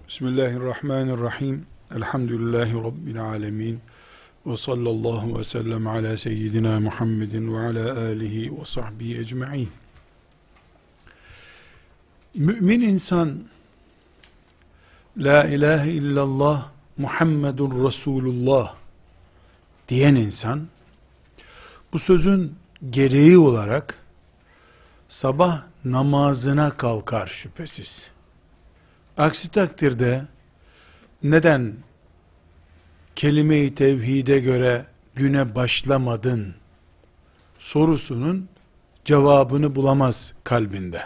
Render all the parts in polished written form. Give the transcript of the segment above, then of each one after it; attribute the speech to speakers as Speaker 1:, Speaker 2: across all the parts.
Speaker 1: Bismillahirrahmanirrahim. Elhamdülillahi Rabbil alemin. Ve sallallahu ve sellem ala seyyidina Muhammedin ve ala alihi ve sahbihi ecma'in. Mümin insan, La ilahe illallah Muhammedun Resulullah diyen insan, bu sözün gereği olarak sabah namazına kalkar şüphesiz. Aksi takdirde neden kelime-i tevhide göre güne başlamadın sorusunun cevabını bulamaz kalbinde.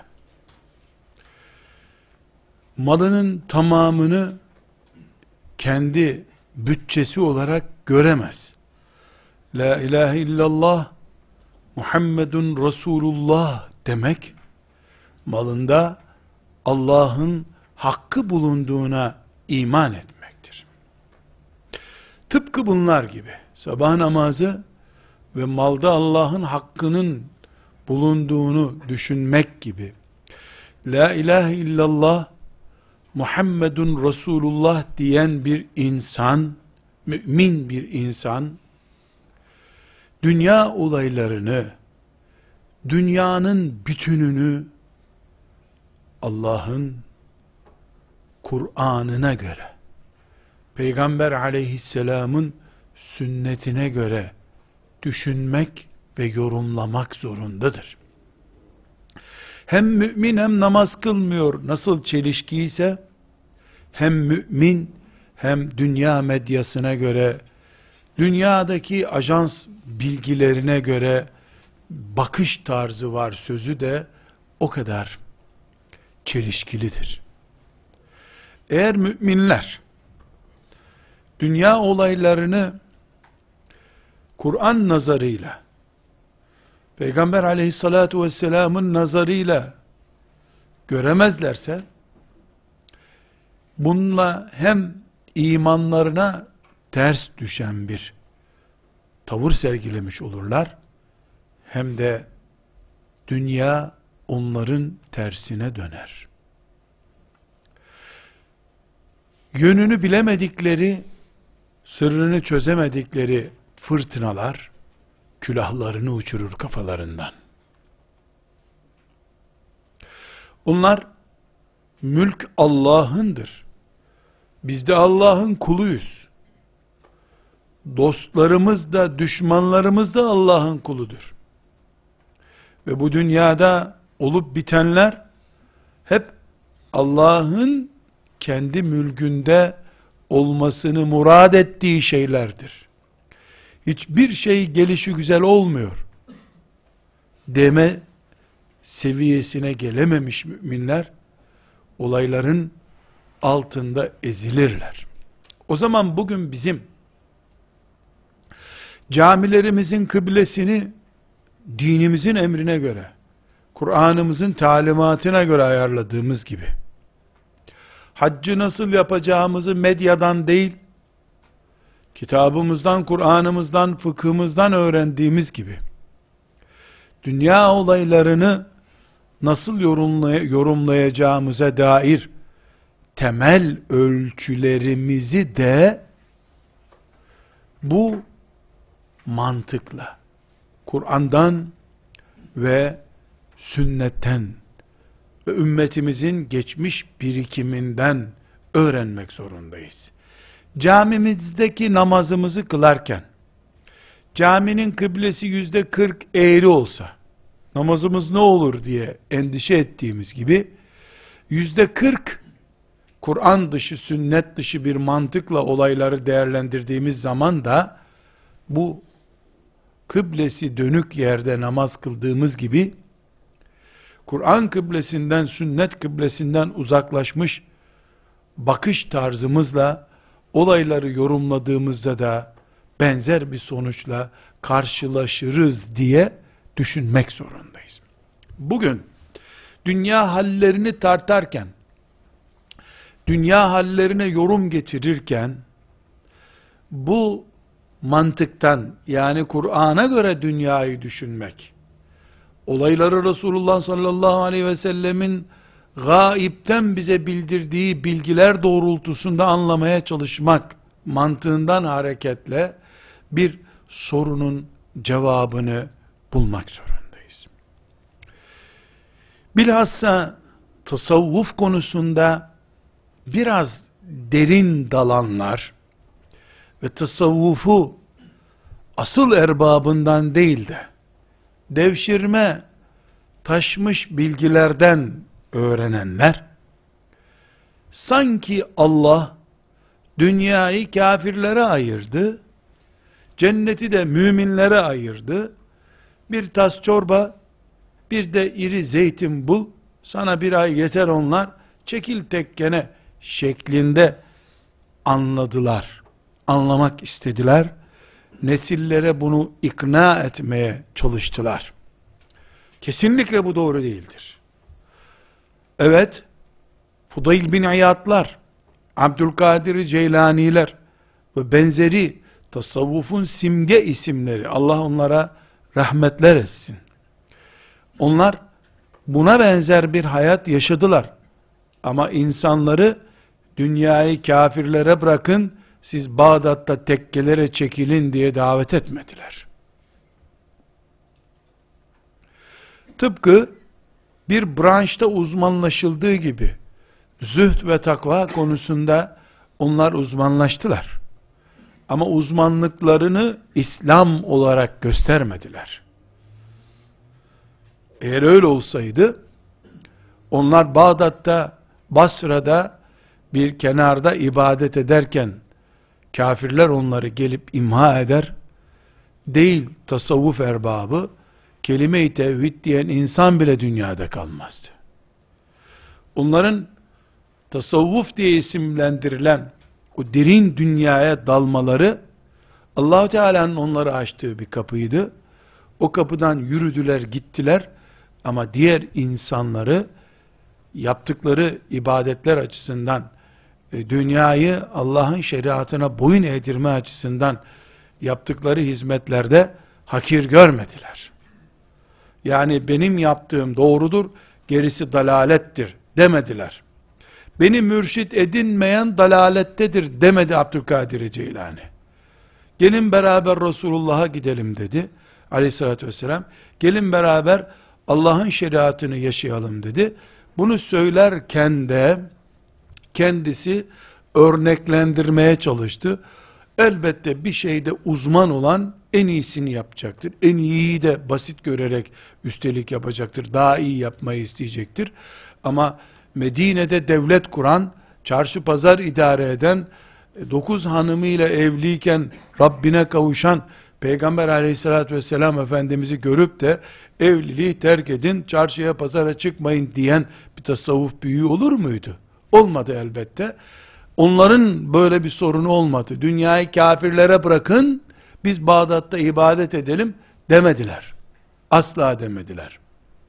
Speaker 1: Malının tamamını kendi bütçesi olarak göremez. La ilahe illallah Muhammedun Resulullah demek, malında Allah'ın hakkı bulunduğuna iman etmektir. Tıpkı bunlar gibi sabah namazı ve malda Allah'ın hakkının bulunduğunu düşünmek gibi, La ilahe illallah Muhammedun Resulullah diyen bir insan, mümin bir insan, dünya olaylarını, dünyanın bütününü Allah'ın Kur'an'ına göre, Peygamber aleyhisselamın sünnetine göre düşünmek ve yorumlamak zorundadır. Hem mümin hem namaz kılmıyor, nasıl çelişki ise, hem mümin hem dünya medyasına göre, dünyadaki ajans bilgilerine göre bakış tarzı var sözü de o kadar çelişkilidir. Eğer müminler dünya olaylarını Kur'an nazarıyla, Peygamber aleyhissalatu vesselamın nazarıyla göremezlerse, bununla hem imanlarına ters düşen bir tavır sergilemiş olurlar, hem de dünya onların tersine döner. Yönünü bilemedikleri, sırrını çözemedikleri fırtınalar, külahlarını uçurur kafalarından. Onlar, mülk Allah'ındır. Biz de Allah'ın kuluyuz. Dostlarımız da, düşmanlarımız da Allah'ın kuludur. Ve bu dünyada olup bitenler, hep Allah'ın kendi mülkünde olmasını murad ettiği şeylerdir. Hiçbir şey gelişi güzel olmuyor deme seviyesine gelememiş müminler, olayların altında ezilirler. O zaman bugün bizim camilerimizin kıblesini dinimizin emrine göre, Kur'an'ımızın talimatına göre ayarladığımız gibi, haccı nasıl yapacağımızı medyadan değil, kitabımızdan, Kur'an'ımızdan, fıkhımızdan öğrendiğimiz gibi, dünya olaylarını nasıl yorumlayacağımıza dair temel ölçülerimizi de bu mantıkla, Kur'an'dan ve sünnetten ve ümmetimizin geçmiş birikiminden öğrenmek zorundayız. Camimizdeki namazımızı kılarken, caminin kıblesi %40 eğri olsa, namazımız ne olur diye endişe ettiğimiz gibi, %40 Kur'an dışı, sünnet dışı bir mantıkla olayları değerlendirdiğimiz zaman da, bu kıblesi dönük yerde namaz kıldığımız gibi, Kur'an kıblesinden, sünnet kıblesinden uzaklaşmış bakış tarzımızla olayları yorumladığımızda da benzer bir sonuçla karşılaşırız diye düşünmek zorundayız. Bugün dünya hallerini tartarken, dünya hallerine yorum getirirken, bu mantıktan, yani Kur'an'a göre dünyayı düşünmek, olayları Resulullah sallallahu aleyhi ve sellemin gaipten bize bildirdiği bilgiler doğrultusunda anlamaya çalışmak mantığından hareketle bir sorunun cevabını bulmak zorundayız. Bilhassa tasavvuf konusunda biraz derin dalanlar ve tasavvufu asıl erbabından değil de devşirme taşmış bilgilerden öğrenenler, sanki Allah dünyayı kafirlere ayırdı, cenneti de müminlere ayırdı, bir tas çorba, bir de iri zeytin bul, sana bir ay yeter onlar, çekil tekkene şeklinde anladılar, anlamak istediler, nesillere bunu ikna etmeye çalıştılar. Kesinlikle bu doğru değildir. Evet, Fudayl bin İyadlar, Abdülkadir Ceylaniler ve benzeri tasavvufun simge isimleri, Allah onlara rahmetler etsin. Onlar buna benzer bir hayat yaşadılar. Ama insanları dünyayı kafirlere bırakın, siz Bağdat'ta tekkelere çekilin diye davet etmediler. Tıpkı bir branşta uzmanlaşıldığı gibi, zühd ve takva konusunda onlar uzmanlaştılar. Ama uzmanlıklarını İslam olarak göstermediler. Eğer öyle olsaydı, onlar Bağdat'ta, Basra'da bir kenarda ibadet ederken, kafirler onları gelip imha eder, değil tasavvuf erbabı, kelime-i tevhid diyen insan bile dünyada kalmazdı. Onların tasavvuf diye isimlendirilen o derin dünyaya dalmaları, Allah-u Teala'nın onları açtığı bir kapıydı. O kapıdan yürüdüler, gittiler, ama diğer insanları yaptıkları ibadetler açısından, dünyayı Allah'ın şeriatına boyun eğdirme açısından yaptıkları hizmetlerde hakir görmediler. Yani benim yaptığım doğrudur, gerisi dalalettir demediler. Beni mürşit edinmeyen dalalettedir demedi Abdülkadir Ceylani. Gelin beraber Resulullah'a gidelim dedi aleyhissalatü vesselam. Gelin beraber Allah'ın şeriatını yaşayalım dedi. Bunu söylerken de kendisi örneklendirmeye çalıştı. Elbette bir şeyde uzman olan en iyisini yapacaktır. En iyiyi de basit görerek üstelik yapacaktır. Daha iyi yapmayı isteyecektir. Ama Medine'de devlet kuran, çarşı pazar idare eden, 9 hanımıyla evliyken Rabbine kavuşan Peygamber aleyhissalatü vesselam Efendimiz'i görüp de evliliği terk edin, çarşıya pazara çıkmayın diyen bir tasavvuf büyüğü olur muydu? Olmadı elbette. Onların böyle bir sorunu olmadı. Dünyayı kafirlere bırakın, biz Bağdat'ta ibadet edelim demediler. Asla demediler.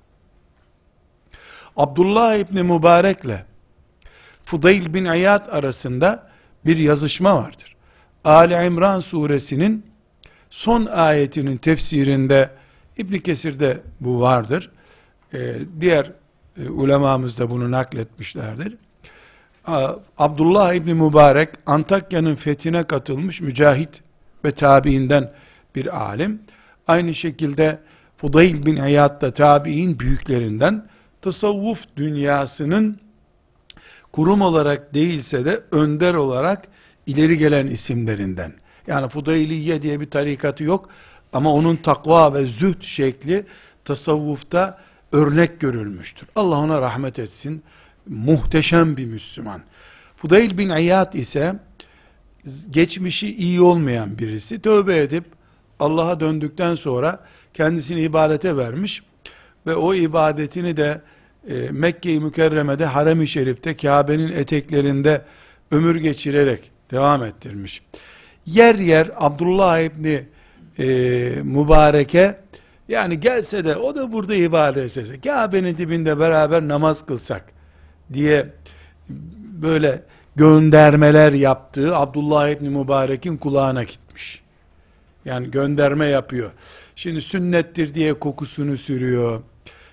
Speaker 1: Abdullah İbni Mübarek'le Fudayl bin İyad arasında bir yazışma vardır. Ali İmran suresinin son ayetinin tefsirinde, İbn Kesir'de bu vardır. Diğer ulemamız da bunu nakletmişlerdir. Abdullah İbni Mübarek, Antakya'nın fethine katılmış mücahit ve tabiinden bir alim. Aynı şekilde Fudayl bin İyad da tabiin büyüklerinden, tasavvuf dünyasının kurum olarak değilse de önder olarak ileri gelen isimlerinden. Yani Fudayliye diye bir tarikatı yok ama onun takva ve zühd şekli tasavvufta örnek görülmüştür. Allah ona rahmet etsin. Muhteşem bir Müslüman. Fudayl bin İyad ise geçmişi iyi olmayan birisi. Tövbe edip Allah'a döndükten sonra kendisini ibadete vermiş ve o ibadetini de Mekke-i Mükerreme'de, Harem-i Şerif'te, Kabe'nin eteklerinde ömür geçirerek devam ettirmiş. Yer yer Abdullah İbni Mübarek'e, yani gelse de o da burada ibadet etse, Kabe'nin dibinde beraber namaz kılsak diye böyle göndermeler yaptığı Abdullah İbni Mübarek'in kulağına gitmiş. Yani gönderme yapıyor. Şimdi sünnettir diye kokusunu sürüyor.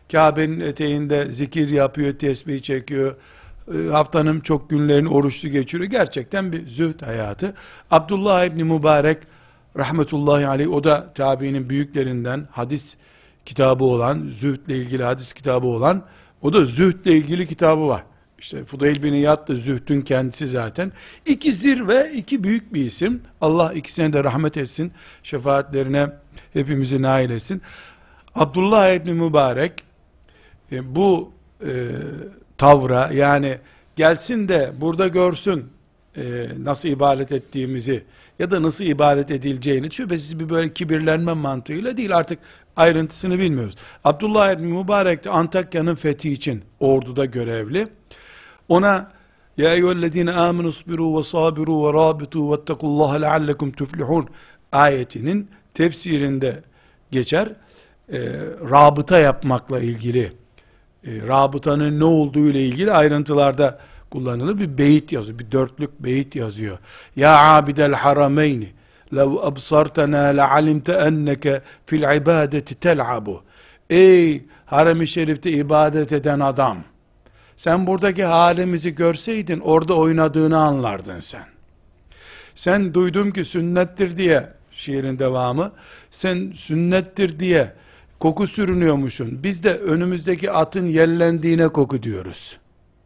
Speaker 1: Kabe'nin eteğinde zikir yapıyor, tesbih çekiyor. Haftanın çok günlerini oruçlu geçiriyor. Gerçekten bir zühd hayatı. Abdullah İbni Mübarek rahmetullahi aleyh, o da tabiinin büyüklerinden, hadis kitabı olan, zühdle ilgili hadis kitabı olan, o da zühdle ilgili kitabı var. İşte Fudayl bin İyad da zühdün kendisi zaten. İki zirve, iki büyük bir isim. Allah ikisine de rahmet etsin. Şefaatlerine hepimizi nail etsin. Abdullah İbni Mübarek bu tavra, yani gelsin de burada görsün nasıl ibadet ettiğimizi ya da nasıl ibadet edileceğini, şüphesiz bir böyle kibirlenme mantığıyla değil, artık ayrıntısını bilmiyoruz. Abdullah İbni Mübarek de Antakya'nın fethi için orduda görevli. Ona ya eyyühellezine aminu sabiru ve sabiru ve rabitu vettekullaha leallekum tuflihun ayetinin tefsirinde geçer. Rabıta yapmakla ilgili, rabıtanın ne olduğu ile ilgili ayrıntılarda kullanılır. Bir beyit yazıyor, bir dörtlük beyit yazıyor. Ya abidel harameyni lev absartana lealimte enneke fil ibadeti tel'abu. Ey harem-i şerifte ibadet eden adam, sen buradaki halimizi görseydin orada oynadığını anlardın sen. Sen duydum ki sünnettir diye, şiirin devamı, sen sünnettir diye koku sürünüyormuşsun. Biz de önümüzdeki atın yellendiğine koku diyoruz.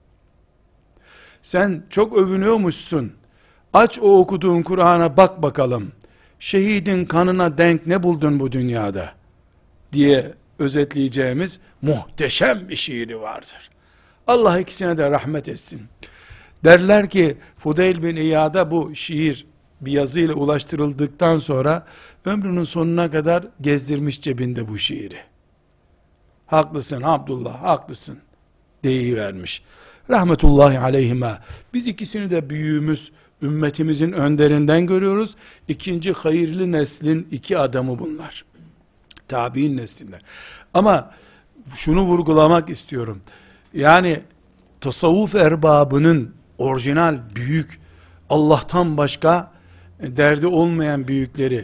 Speaker 1: Sen çok övünüyormuşsun. Aç o okuduğun Kur'an'a bak bakalım. Şehidin kanına denk ne buldun bu dünyada? Diye özetleyeceğimiz muhteşem bir şiiri vardır. Allah ikisine de rahmet etsin. Derler ki Fudayl bin İyad'a bu şiir bir yazıyla ulaştırıldıktan sonra ömrünün sonuna kadar gezdirmiş cebinde bu şiiri. Haklısın Abdullah, haklısın deyivermiş. Rahmetullahi aleyhime. Biz ikisini de büyüğümüz, ümmetimizin önderinden görüyoruz. İkinci hayırlı neslin iki adamı bunlar. Tabi'in neslinden. Ama şunu vurgulamak istiyorum. Yani tasavvuf erbabının orijinal büyük, Allah'tan başka derdi olmayan büyükleri,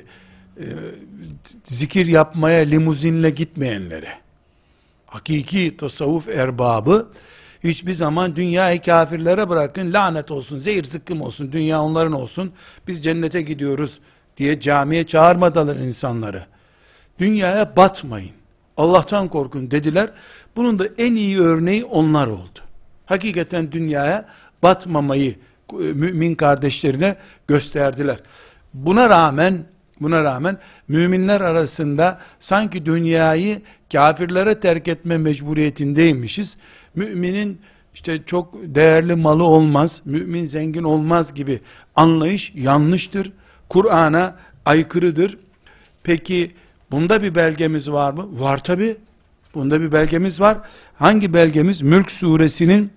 Speaker 1: zikir yapmaya limuzinle gitmeyenlere, hakiki tasavvuf erbabı hiçbir zaman dünyayı kafirlere bırakın, lanet olsun, zehir zıkkım olsun, dünya onların olsun, biz cennete gidiyoruz diye camiye çağırmadılar insanları. Dünyaya batmayın, Allah'tan korkun dediler. Bunun da en iyi örneği onlar oldu. Hakikaten dünyaya batmamayı mümin kardeşlerine gösterdiler. Buna rağmen müminler arasında sanki dünyayı kafirlere terk etme mecburiyetindeymişiz. Müminin işte çok değerli malı olmaz, mümin zengin olmaz gibi anlayış yanlıştır. Kur'an'a aykırıdır. Peki bunda bir belgemiz var mı? Var tabi. Bunda bir belgemiz var. Hangi belgemiz? Mülk suresinin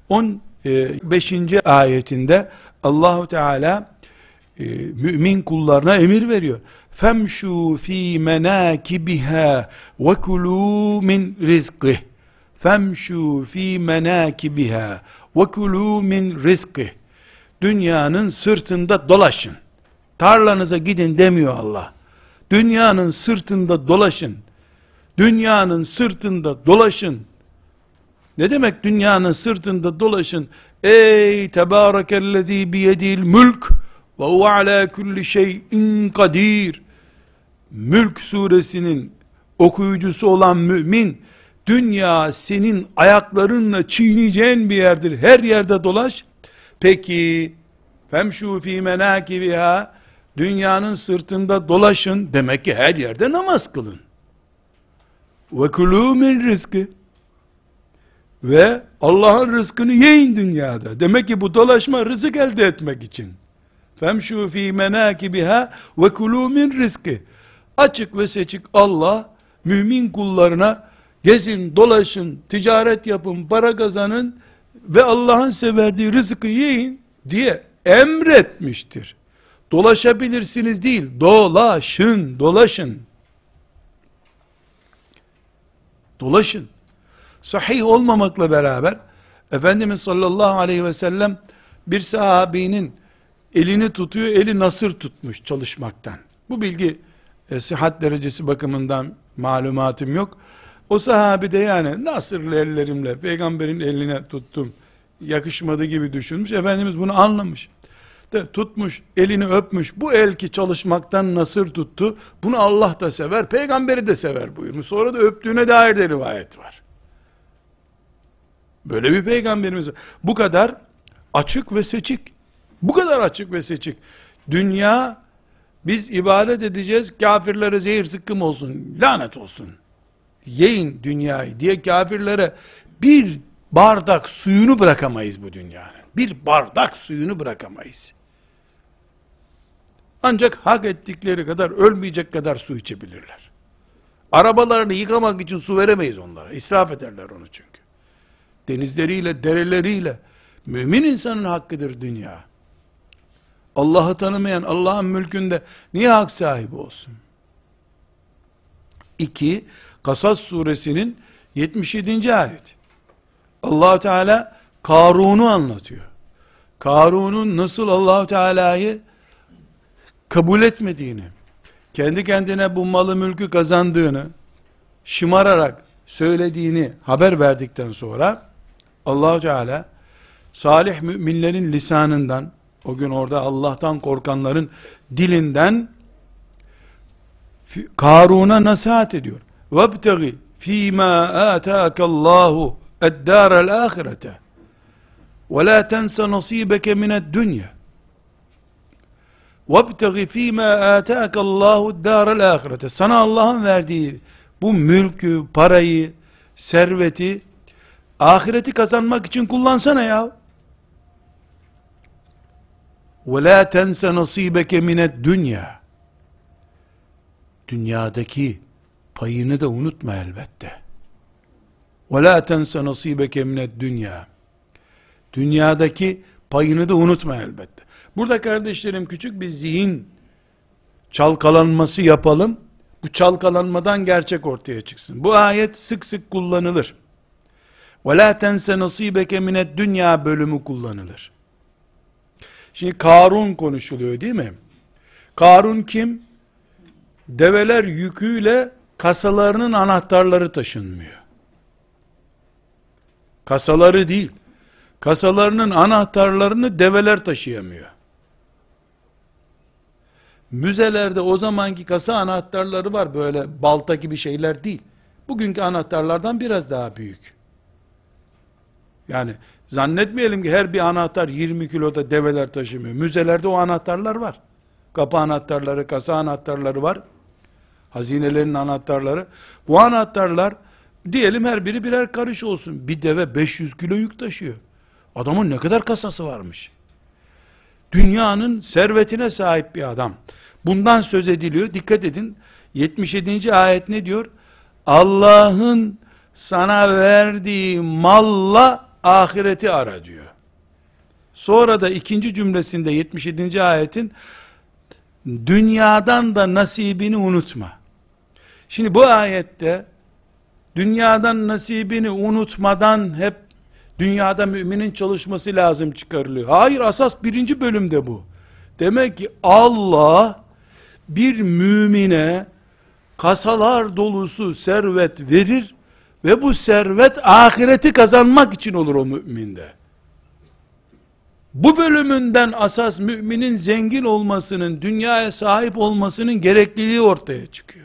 Speaker 1: 15. ayetinde Allahu Teala mümin kullarına emir veriyor. Femşu fi menakibiha ve kulu min rizqih. Femşu fi menakibiha ve kulu min rizqih. Dünyanın sırtında dolaşın. Tarlanıza gidin demiyor Allah. Dünyanın sırtında dolaşın. Dünyanın sırtında dolaşın. Ne demek dünyanın sırtında dolaşın? Ey tebârekellezî biyedil mülk ve huve alâ kulli şeyin kadir. Mülk suresinin okuyucusu olan mümin, dünya senin ayaklarınla çiğneyeceğin bir yerdir. Her yerde dolaş. Peki femşû fî menâkibiha, dünyanın sırtında dolaşın. Demek ki her yerde namaz kılın. Ve kulû min rizkı, ve Allah'ın rızkını yiyin dünyada. Demek ki bu dolaşma rızık elde etmek için. Femşû fî menâkibiha ve kulû min rizkı. Açık ve seçik Allah mümin kullarına gezin, dolaşın, ticaret yapın, para kazanın ve Allah'ın severdiği rızkı yiyin diye emretmiştir. Dolaşabilirsiniz değil, dolaşın, dolaşın. Dolaşın. Sahih olmamakla beraber Efendimiz sallallahu aleyhi ve sellem bir sahabinin elini tutuyor, eli nasır tutmuş çalışmaktan. Bu bilgi sıhhat derecesi bakımından malumatım yok. O sahabi de yani nasırlı ellerimle peygamberin eline tuttum, yakışmadı gibi düşünmüş. Efendimiz bunu anlamış. De tutmuş, elini öpmüş. Bu el ki çalışmaktan nasır tuttu. Bunu Allah da sever, peygamberi de sever buyurmuş. Sonra da öptüğüne dair de rivayet var. Böyle bir peygamberimiz var. Bu kadar açık ve seçik. Bu kadar açık ve seçik. Dünya, biz ibadet edeceğiz, kafirlere zehir zıkkım olsun, lanet olsun. Yiyin dünyayı diye kafirlere bir bardak suyunu bırakamayız bu dünyanın. Bir bardak suyunu bırakamayız. Ancak hak ettikleri kadar, ölmeyecek kadar su içebilirler. Arabalarını yıkamak için su veremeyiz onlara. İsraf ederler onu çünkü. Denizleriyle, dereleriyle. Mümin insanın hakkıdır dünya. Allah'ı tanımayan, Allah'ın mülkünde niye hak sahibi olsun? 2. Kasas suresinin 77. ayet. Allah Teala Karun'u anlatıyor. Karun'un nasıl Allah Teala'yı kabul etmediğini, kendi kendine bu malı mülkü kazandığını, şımararak söylediğini haber verdikten sonra, Allah Teala salih müminlerin lisanından, o gün orada Allah'tan korkanların dilinden Karun'a nasihat ediyor. وَابْتَغِ ف۪ي مَا آتَاكَ اللّٰهُ اَدَّارَ الْآخِرَةَ وَلَا تَنْسَ نَصِيبَكَ مِنَ الدُّنْيَا وَابْتَغِ ف۪ي مَا آتَاكَ اللّٰهُ الدَّارَ الْآخِرَةَ. Sana Allah'ın verdiği bu mülkü, parayı, serveti, ahireti kazanmak için kullansana ya. وَلَا تَنْسَ نَصِيبَكَ مِنَ الدُّنْيَا. Dünyadaki payını da unutma elbette. وَلَا تَنْسَ نَصِيبَكَ مِنَ الدُّنْيَا. Dünyadaki payını da unutma elbette. Burada kardeşlerim küçük bir zihin çalkalanması yapalım. Bu çalkalanmadan gerçek ortaya çıksın. Bu ayet sık sık kullanılır. وَلَا تَنْسَ نَصِيبَكَ مِنَ الدُّنْيَا bölümü kullanılır. Şimdi Karun konuşuluyor değil mi? Karun kim? Develer yüküyle kasalarının anahtarları taşınmıyor. Kasaları değil, kasalarının anahtarlarını develer taşıyamıyor. Müzelerde o zamanki kasa anahtarları var, böyle balta gibi şeyler değil. Bugünkü anahtarlardan biraz daha büyük. Yani zannetmeyelim ki her bir anahtar 20 kiloda develer taşımıyor. Müzelerde o anahtarlar var. Kapı anahtarları, kasa anahtarları var. Hazinelerin anahtarları. Bu anahtarlar diyelim her biri birer karış olsun. Bir deve 500 kilo yük taşıyor. Adamın ne kadar kasası varmış. Dünyanın servetine sahip bir adam. Bundan söz ediliyor. Dikkat edin. 77. ayet ne diyor? Allah'ın sana verdiği malla ahireti ara diyor. Sonra da ikinci cümlesinde 77. ayetin dünyadan da nasibini unutma. Şimdi bu ayette dünyadan nasibini unutmadan hep dünyada müminin çalışması lazım çıkarılıyor. Hayır, asas birinci bölümde bu. Demek ki Allah bir mümine kasalar dolusu servet verir ve bu servet ahireti kazanmak için olur o müminde. Bu bölümünden asas müminin zengin olmasının, dünyaya sahip olmasının gerekliliği ortaya çıkıyor.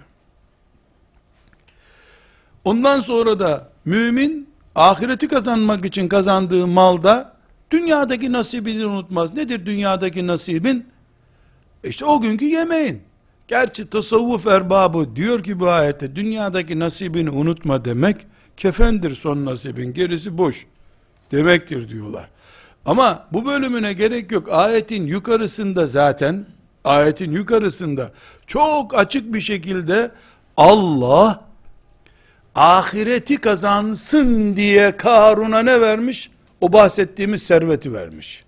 Speaker 1: Ondan sonra da mümin ahireti kazanmak için kazandığı malda dünyadaki nasibini unutmaz. Nedir dünyadaki nasibin? İşte o günkü yemeğin. Gerçi tasavvuf erbabı diyor ki bu ayette dünyadaki nasibini unutma demek kefendir, son nasibin gerisi boş demektir diyorlar. Ama bu bölümüne gerek yok. Ayetin yukarısında zaten, ayetin yukarısında çok açık bir şekilde Allah ahireti kazansın diye Karun'a ne vermiş? O bahsettiğimiz serveti vermiş.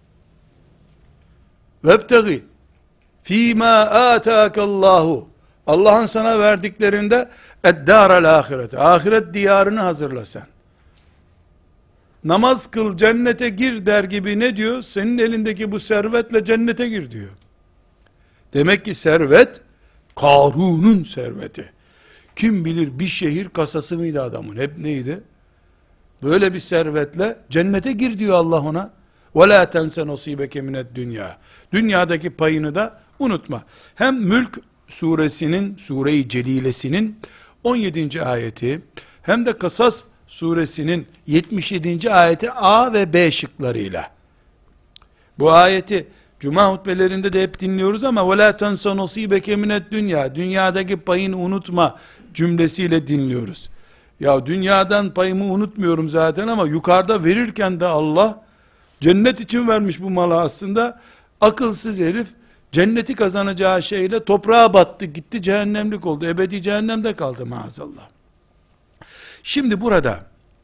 Speaker 1: Vebtegi fîmâ âtâkallâhu, Allah'ın sana verdiklerinde eddâral ahirete, ahiret diyarını hazırla sen. Namaz kıl, cennete gir der gibi ne diyor? Senin elindeki bu servetle cennete gir diyor. Demek ki servet Karun'un serveti. Kim bilir bir şehir kasası mıydı adamın? Hep neydi? Böyle bir servetle cennete gir diyor Allah ona. وَلَا تَنْسَ نَصِيبَكَ مِنَ الدُّنْيَا. Dünyadaki payını da unutma. Hem Mülk suresinin, Sure-i Celilesinin 17. ayeti, hem de Kasas suresinin 77. ayeti A ve B şıklarıyla. Bu ayeti Cuma hutbelerinde de hep dinliyoruz ama وَلَا تَنْسَ نَصِيبَكَ مِنَ الدُّنْيَا. Dünyadaki payını unutma cümlesiyle dinliyoruz. Ya dünyadan payımı unutmuyorum zaten ama yukarıda verirken de Allah cennet için vermiş bu malı aslında. Akılsız herif cenneti kazanacağı şeyle toprağa battı, gitti, cehennemlik oldu. Ebedi cehennemde kaldı maazallah. Şimdi burada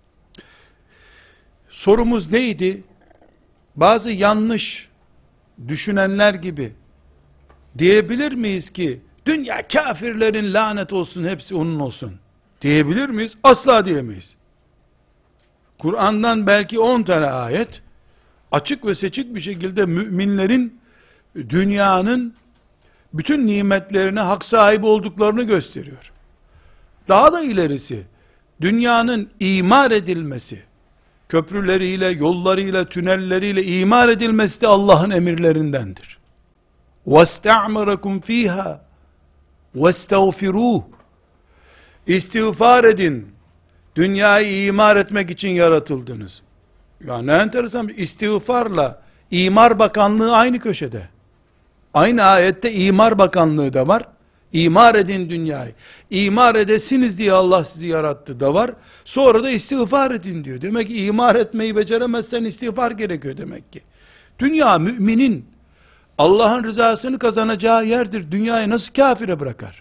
Speaker 1: sorumuz neydi? Bazı yanlış düşünenler gibi diyebilir miyiz ki dünya kafirlerin lanet olsun, hepsi onun olsun diyebilir miyiz? Asla diyemeyiz. Kur'an'dan belki 10 tane ayet açık ve seçik bir şekilde müminlerin dünyanın bütün nimetlerine hak sahibi olduklarını gösteriyor. Daha da ilerisi, dünyanın imar edilmesi, köprüleriyle, yollarıyla, tünelleriyle imar edilmesi de Allah'ın emirlerindendir. وَاسْتَعْمَرَكُمْ ف۪يهَا وَاسْتَغْفِرُوهُ. İstiğfar edin. Dünyayı imar etmek için yaratıldınız. Ya ne enteresan, istiğfarla İmar Bakanlığı aynı köşede. Aynı ayette İmar Bakanlığı da var. İmar edin dünyayı. İmar edesiniz diye Allah sizi yarattı da var. Sonra da istiğfar edin diyor. Demek ki imar etmeyi beceremezsen istiğfar gerekiyor demek ki. Dünya müminin Allah'ın rızasını kazanacağı yerdir. Dünyayı nasıl kafire bırakar?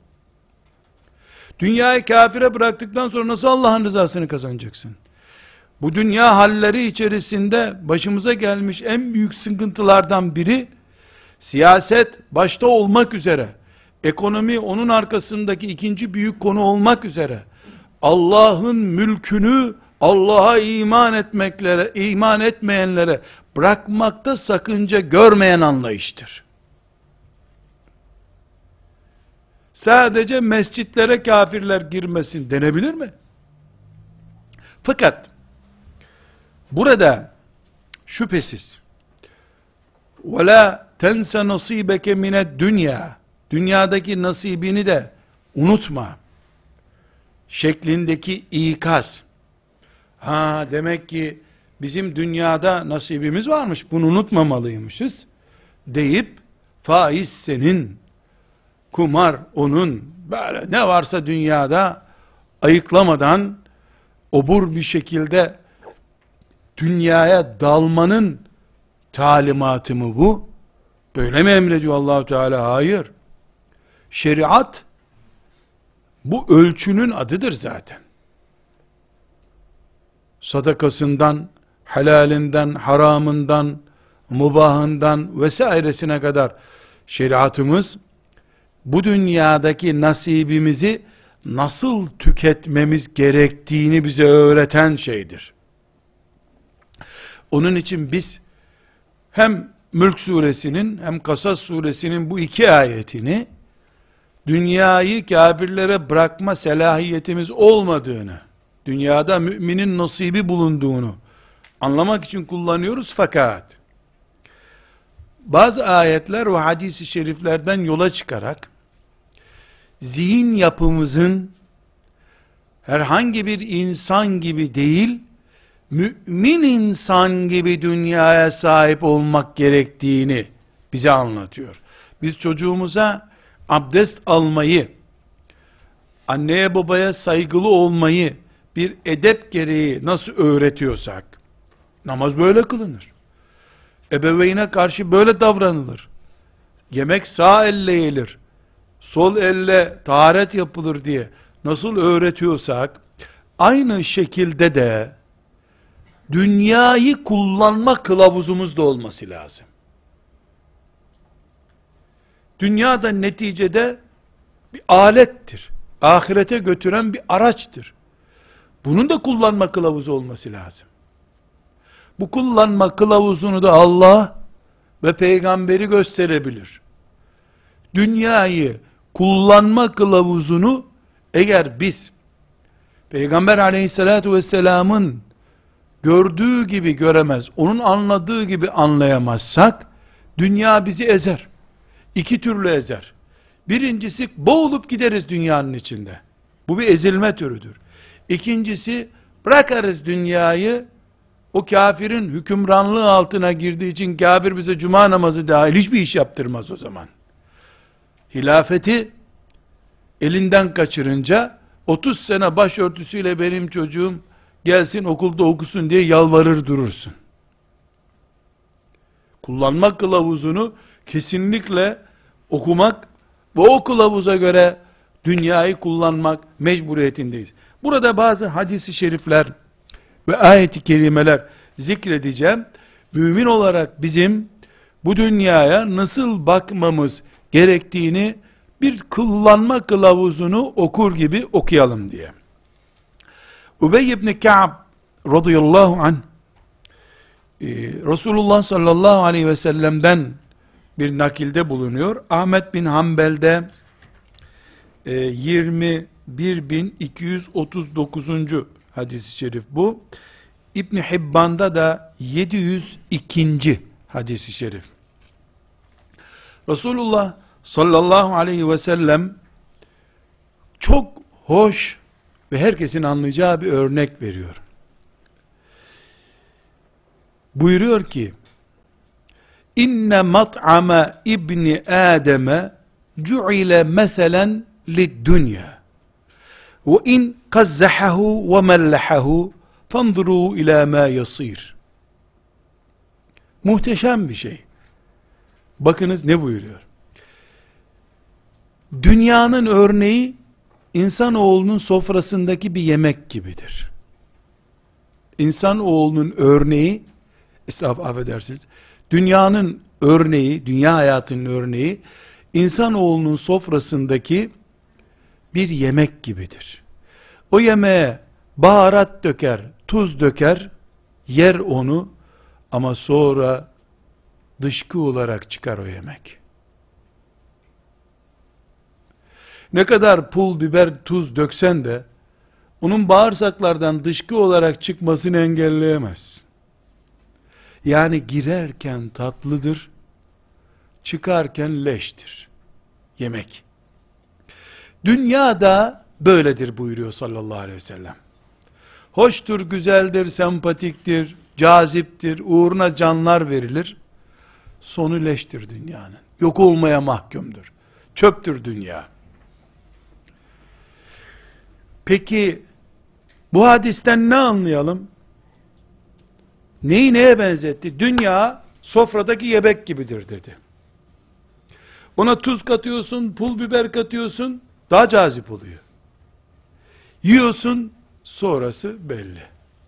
Speaker 1: Dünyayı kafire bıraktıktan sonra nasıl Allah'ın rızasını kazanacaksın? Bu dünya halleri içerisinde başımıza gelmiş en büyük sıkıntılardan biri, siyaset başta olmak üzere, ekonomi onun arkasındaki ikinci büyük konu olmak üzere, Allah'ın mülkünü Allah'a iman etmeyenlere bırakmakta sakınca görmeyen anlayıştır. Sadece mescitlere kafirler girmesin denebilir mi? Fakat burada şüphesiz وَلَا تَنْسَ نَصِيبَكَ مِنَ الدُّنْيَا. Dünyadaki nasibini de unutma şeklindeki ikaz. Demek ki bizim dünyada nasibimiz varmış, bunu unutmamalıymışız deyip faiz senin, kumar onun, böyle ne varsa dünyada ayıklamadan obur bir şekilde dünyaya dalmanın talimatı mı bu? Böyle mi emrediyor Allah-u Teala? Hayır. Şeriat bu ölçünün adıdır zaten. Sadakasından, helalinden, haramından, mubahından vesairesine kadar şeriatımız bu dünyadaki nasibimizi nasıl tüketmemiz gerektiğini bize öğreten şeydir. Onun için biz hem Mülk suresinin hem Kasas suresinin bu iki ayetini dünyayı kafirlere bırakma selahiyetimiz olmadığını, dünyada müminin nasibi bulunduğunu anlamak için kullanıyoruz. Fakat bazı ayetler ve hadis-i şeriflerden yola çıkarak zihin yapımızın herhangi bir insan gibi değil, mümin insan gibi dünyaya sahip olmak gerektiğini bize anlatıyor. Biz çocuğumuza abdest almayı, anneye babaya saygılı olmayı bir edep gereği nasıl öğretiyorsak, namaz böyle kılınır. Ebeveyne karşı böyle davranılır. Yemek sağ elle yenir, sol elle taharet yapılır diye nasıl öğretiyorsak, aynı şekilde de dünyayı kullanma kılavuzumuz da olması lazım. Dünya da neticede bir alettir. Ahirete götüren bir araçtır. Bunun da kullanma kılavuzu olması lazım. Bu kullanma kılavuzunu da Allah ve peygamberi gösterebilir. Dünyayı kullanma kılavuzunu Eğer biz Peygamber aleyhissalatu vesselamın gördüğü gibi göremez, onun anladığı gibi anlayamazsak, dünya bizi ezer. İki türlü ezer. Birincisi, boğulup gideriz dünyanın içinde. Bu bir ezilme türüdür. İkincisi, bırakarız dünyayı, o kafirin hükümranlığı altına girdiği için kafir bize cuma namazı dahil hiçbir iş yaptırmaz o zaman. Hilafeti elinden kaçırınca 30 sene başörtüsüyle benim çocuğum gelsin okulda okusun diye yalvarır durursun. Kullanma kılavuzunu kesinlikle okumak ve o kılavuza göre dünyayı kullanmak mecburiyetindeyiz. Burada bazı hadis-i şerifler ve ayet-i kerimeler zikredeceğim. Mümin olarak bizim bu dünyaya nasıl bakmamız gerektiğini bir kullanma kılavuzunu okur gibi okuyalım diye. Übey ibn Ka'b radıyallahu anh Resulullah sallallahu aleyhi ve sellem'den bir nakilde bulunuyor. Ahmet bin Hanbel'de 21.239. hadis-i şerif bu. İbn Hibban'da da 702. hadis-i şerif. Resulullah sallallahu aleyhi ve sellem çok hoş ve herkesin anlayacağı bir örnek veriyor. Buyuruyor ki, İnne mat'ama ibni Adem'e cu'ile meselen lid-dünya ve in kazzahahu ve mellahahu fanduru ila ma yasir. Muhteşem bir şey. Bakınız ne buyuruyor. Dünyanın örneği insanoğlunun sofrasındaki bir yemek gibidir. İnsanoğlunun örneği, affedersiniz, dünyanın örneği, dünya hayatının örneği, insanoğlunun sofrasındaki bir yemek gibidir. O yemeğe baharat döker, tuz döker, yer onu ama sonra dışkı olarak çıkar o yemek. Ne kadar pul, biber, tuz döksen de onun bağırsaklardan dışkı olarak çıkmasını engelleyemez. Yani girerken tatlıdır, çıkarken leştir. Yemek. Dünya da böyledir buyuruyor sallallahu aleyhi ve sellem. Hoştur, güzeldir, sempatiktir, caziptir, uğruna canlar verilir. Sonu leştir dünyanın. Yok olmaya mahkumdur. Çöptür dünya. Peki bu hadisten ne anlayalım? Neyi neye benzetti? Dünya sofradaki yemek gibidir dedi. Ona tuz katıyorsun, pul biber katıyorsun, daha cazip oluyor. Yiyorsun, sonrası belli.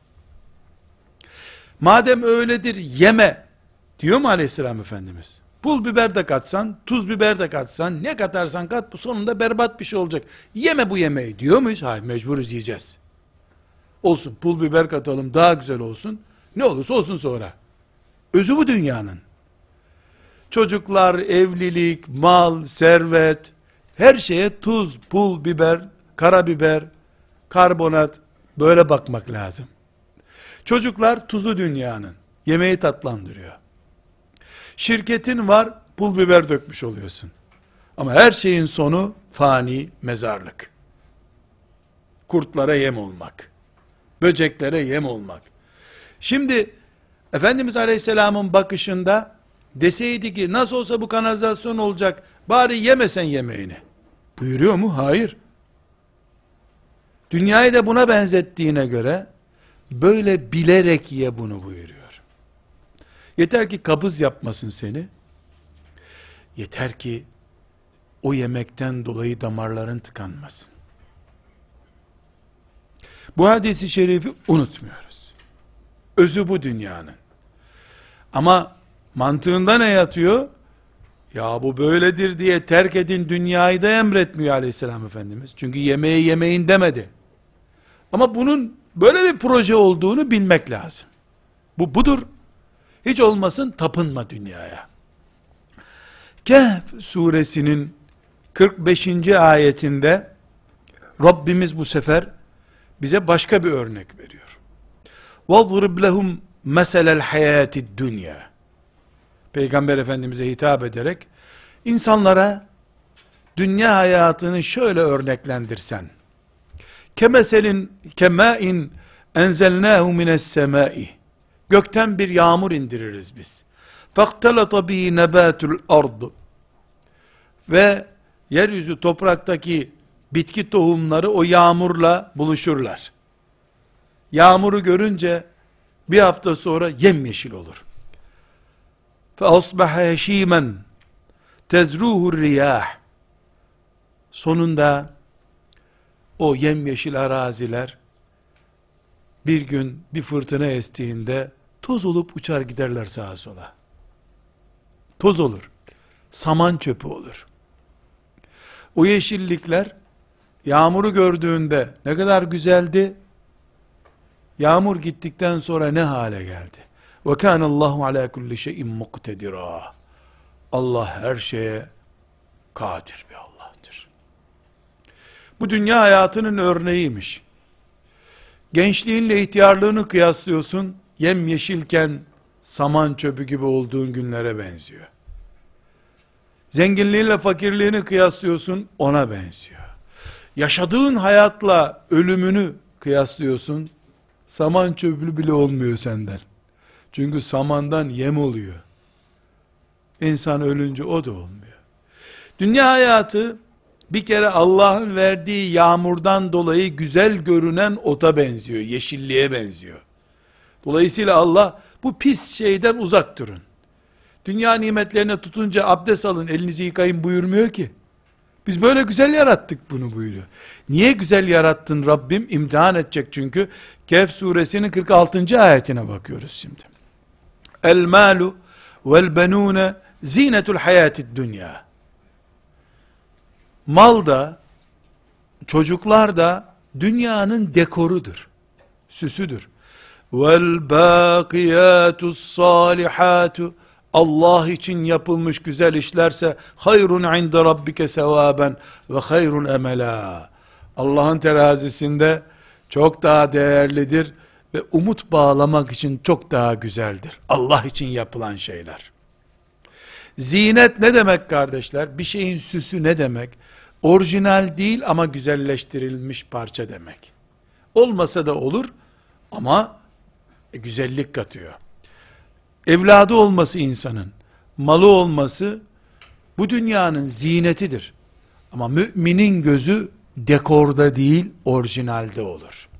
Speaker 1: Madem öyledir, yeme diyor mu aleyhisselam Efendimiz? Pul biber de katsan, tuz biber de katsan, ne katarsan kat, bu sonunda berbat bir şey olacak. Yeme bu yemeği diyor muyuz? Hayır, mecburuz yiyeceğiz. Olsun, pul biber katalım, daha güzel olsun. Ne olursa olsun sonra. Özü bu dünyanın. Çocuklar, evlilik, mal, servet, her şeye tuz, pul biber, karabiber, karbonat, böyle bakmak lazım. Çocuklar tuzu dünyanın, yemeği tatlandırıyor. Şirketin var, pul biber dökmüş oluyorsun. Ama her şeyin sonu fani, mezarlık. Kurtlara yem olmak. Böceklere yem olmak. Şimdi Efendimiz Aleyhisselam'ın bakışında deseydi ki nasıl olsa bu kanalizasyon olacak, bari yemesen yemeğini. Buyuruyor mu? Hayır. Dünyayı da buna benzettiğine göre böyle bilerek ye bunu buyuruyor. Yeter ki kabız yapmasın seni. Yeter ki o yemekten dolayı damarların tıkanmasın. Bu hadisi şerifi unutmuyoruz. Özü bu dünyanın. Ama mantığında ne yatıyor? Ya bu böyledir diye terk edin dünyayı da emretmiyor aleyhisselam Efendimiz. Çünkü yemeği yemeyin demedi. Ama bunun böyle bir proje olduğunu bilmek lazım. Bu budur. Hiç olmasın tapınma dünyaya. Kehf suresinin 45. ayetinde Rabbimiz bu sefer bize başka bir örnek veriyor. وَضْرِبْ لَهُمْ مَسَلَ الْحَيَاتِ الدُّنْيَا. Peygamber Efendimiz'e hitap ederek insanlara dünya hayatını şöyle örneklendirsen. Kemâin enzelnâhu mine's-semâi. Gökten bir yağmur indiririz biz. فَاخْتَلَطَ بِهِ نَبَاتُ الْأَرْضِ. Ve yeryüzü topraktaki bitki tohumları o yağmurla buluşurlar. Yağmuru görünce bir hafta sonra yemyeşil olur. فَأَصْبَحَ هَش۪يمًا تَزْرُوهُ الرِّيَاحِ. Sonunda o yemyeşil araziler bir gün bir fırtına estiğinde toz olup uçar giderler sağa sola. Toz olur. Saman çöpü olur. O yeşillikler yağmuru gördüğünde ne kadar güzeldi, yağmur gittikten sonra ne hale geldi? وَكَانَ اللّٰهُ عَلَى كُلِّ شَيْءٍ مُقْتَدِرًا. Allah her şeye kadir bir Allah'tır. Bu dünya hayatının örneğiymiş. Gençliğinle ihtiyarlığını kıyaslıyorsun, yemyeşilken saman çöpü gibi olduğun günlere benziyor. Zenginliğinle fakirliğini kıyaslıyorsun, ona benziyor. Yaşadığın hayatla ölümünü kıyaslıyorsun, saman çöpü bile olmuyor senden. Çünkü samandan yem oluyor. İnsan ölünce o da olmuyor. Dünya hayatı bir kere Allah'ın verdiği yağmurdan dolayı güzel görünen ota benziyor, yeşilliğe benziyor. Dolayısıyla Allah bu pis şeyden uzak durun. Dünya nimetlerine tutunca abdest alın, elinizi yıkayın buyurmuyor ki. Biz böyle güzel yarattık bunu buyuruyor. Niye güzel yarattın Rabbim? İmtihan edecek çünkü. Kehf suresinin 46. ayetine bakıyoruz şimdi. El malu vel benune zinetul hayatid dünya. Mal da, çocuklar da dünyanın dekorudur, süsüdür. Vel bakiyatus salihatu, Allah için yapılmış güzel işlerse hayrun inde rabbike sevaben ve hayrun emela. Allah'ın terazisinde çok daha değerlidir ve umut bağlamak için çok daha güzeldir. Allah için yapılan şeyler. Zinet ne demek kardeşler? Bir şeyin süsü ne demek? Orijinal değil ama güzelleştirilmiş parça demek. Olmasa da olur ama güzellik katıyor. Evladı olması insanın, malı olması bu dünyanın zinetidir. Ama müminin gözü dekorda değil, orijinalde olur.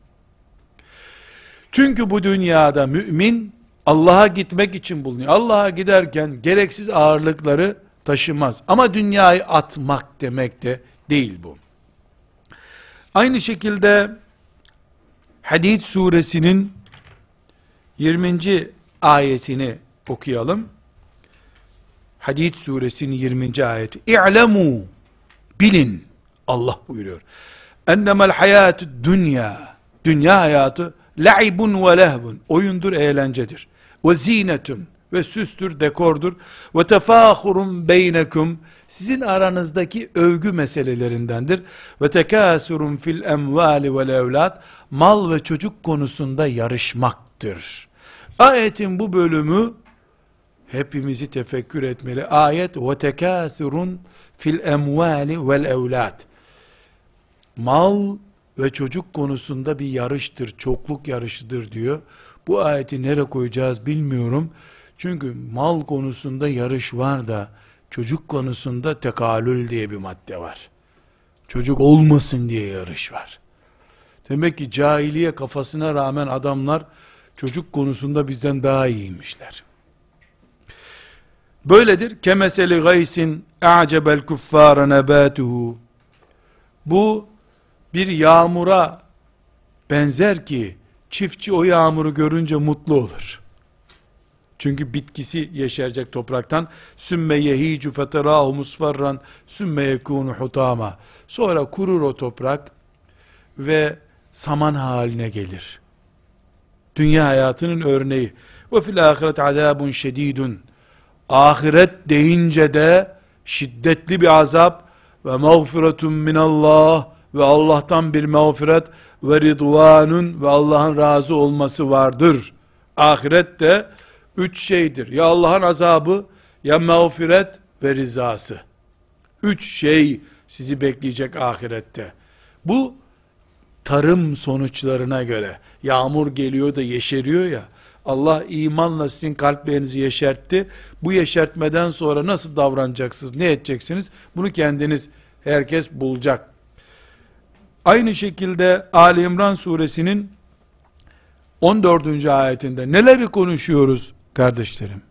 Speaker 1: Çünkü bu dünyada mümin Allah'a gitmek için bulunuyor. Allah'a giderken gereksiz ağırlıkları taşımaz. Ama dünyayı atmak demek de değil bu. Aynı şekilde Hadid suresinin 20. ayetini okuyalım. Hadid suresinin 20. ayeti. İ'lemû, bilin, Allah buyuruyor. Ennemel hayatü dünya, dünya hayatı la'ibun ve lehvun, oyundur, eğlencedir. Ve zinetun, ve süstür, dekordur. Ve tefâhurun beynekum, sizin aranızdaki övgü meselelerindendir. Ve tekâsurun fil emvâli vel evlad, mal ve çocuk konusunda yarışmaktır. Ayetin bu bölümü hepimizi tefekkür etmeli. Ayet ve tekâsurun fil emvâli vel evlad. Mal ve çocuk konusunda bir yarıştır, çokluk yarışıdır diyor. Bu ayeti nereye koyacağız bilmiyorum. Çünkü mal konusunda yarış var da çocuk konusunda tekalül diye bir madde var. Çocuk olmasın diye yarış var. Demek ki cahiliye kafasına rağmen adamlar çocuk konusunda bizden daha iyiymişler. Böyledir. Kemeseli gaysin a'cebel kuffara nebatuhu. Bu bir yağmura benzer ki çiftçi o yağmuru görünce mutlu olur. Çünkü bitkisi yeşerecek topraktan. Sümme yehicu feterahu musfarran sümme yekunu hutama. Sonra kurur o toprak ve saman haline gelir. Dünya hayatının örneği. Ve fil ahiret azabun şedidun. Ahiret deyince de şiddetli bir azap ve mağfiretun minallah ve Allah'tan bir mağfiret ve ridvanun ve Allah'ın razı olması vardır. Ahirette 3 şeydir. Ya Allah'ın azabı, ya mağfiret ve rızası. 3 şey sizi bekleyecek ahirette. Bu tarım sonuçlarına göre, yağmur geliyor da yeşeriyor ya, Allah imanla sizin kalplerinizi yeşertti. Bu yeşertmeden sonra nasıl davranacaksınız, ne edeceksiniz? Bunu kendiniz, herkes bulacak. Aynı şekilde Ali İmran suresinin 14. ayetinde neleri konuşuyoruz kardeşlerim?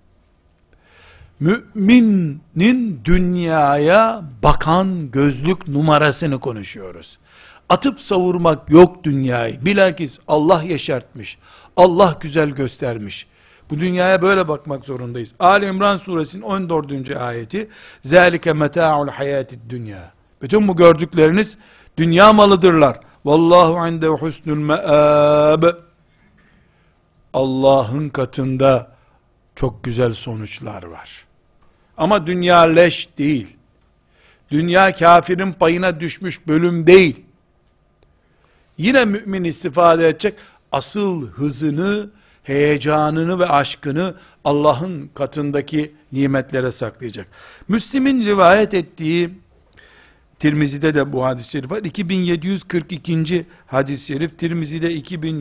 Speaker 1: Müminin dünyaya bakan gözlük numarasını konuşuyoruz. Atıp savurmak yok dünyayı. Bilakis Allah yeşertmiş. Allah güzel göstermiş. Bu dünyaya böyle bakmak zorundayız. Ali İmran suresinin 14. ayeti zâlike meta'ul hayâtid dünya. Bütün bu gördükleriniz dünya malıdırlar. Vallahu indehu husnul me'âb. Allah'ın katında çok güzel sonuçlar var. Ama dünya leş değil. Dünya kafirin payına düşmüş bölüm değil. Yine mümin istifade edecek, asıl hızını, heyecanını ve aşkını Allah'ın katındaki nimetlere saklayacak. Müslim'in rivayet ettiği, Tirmizi'de de bu hadis-i şerif var. 2742. hadis-i şerif, Tirmizi'de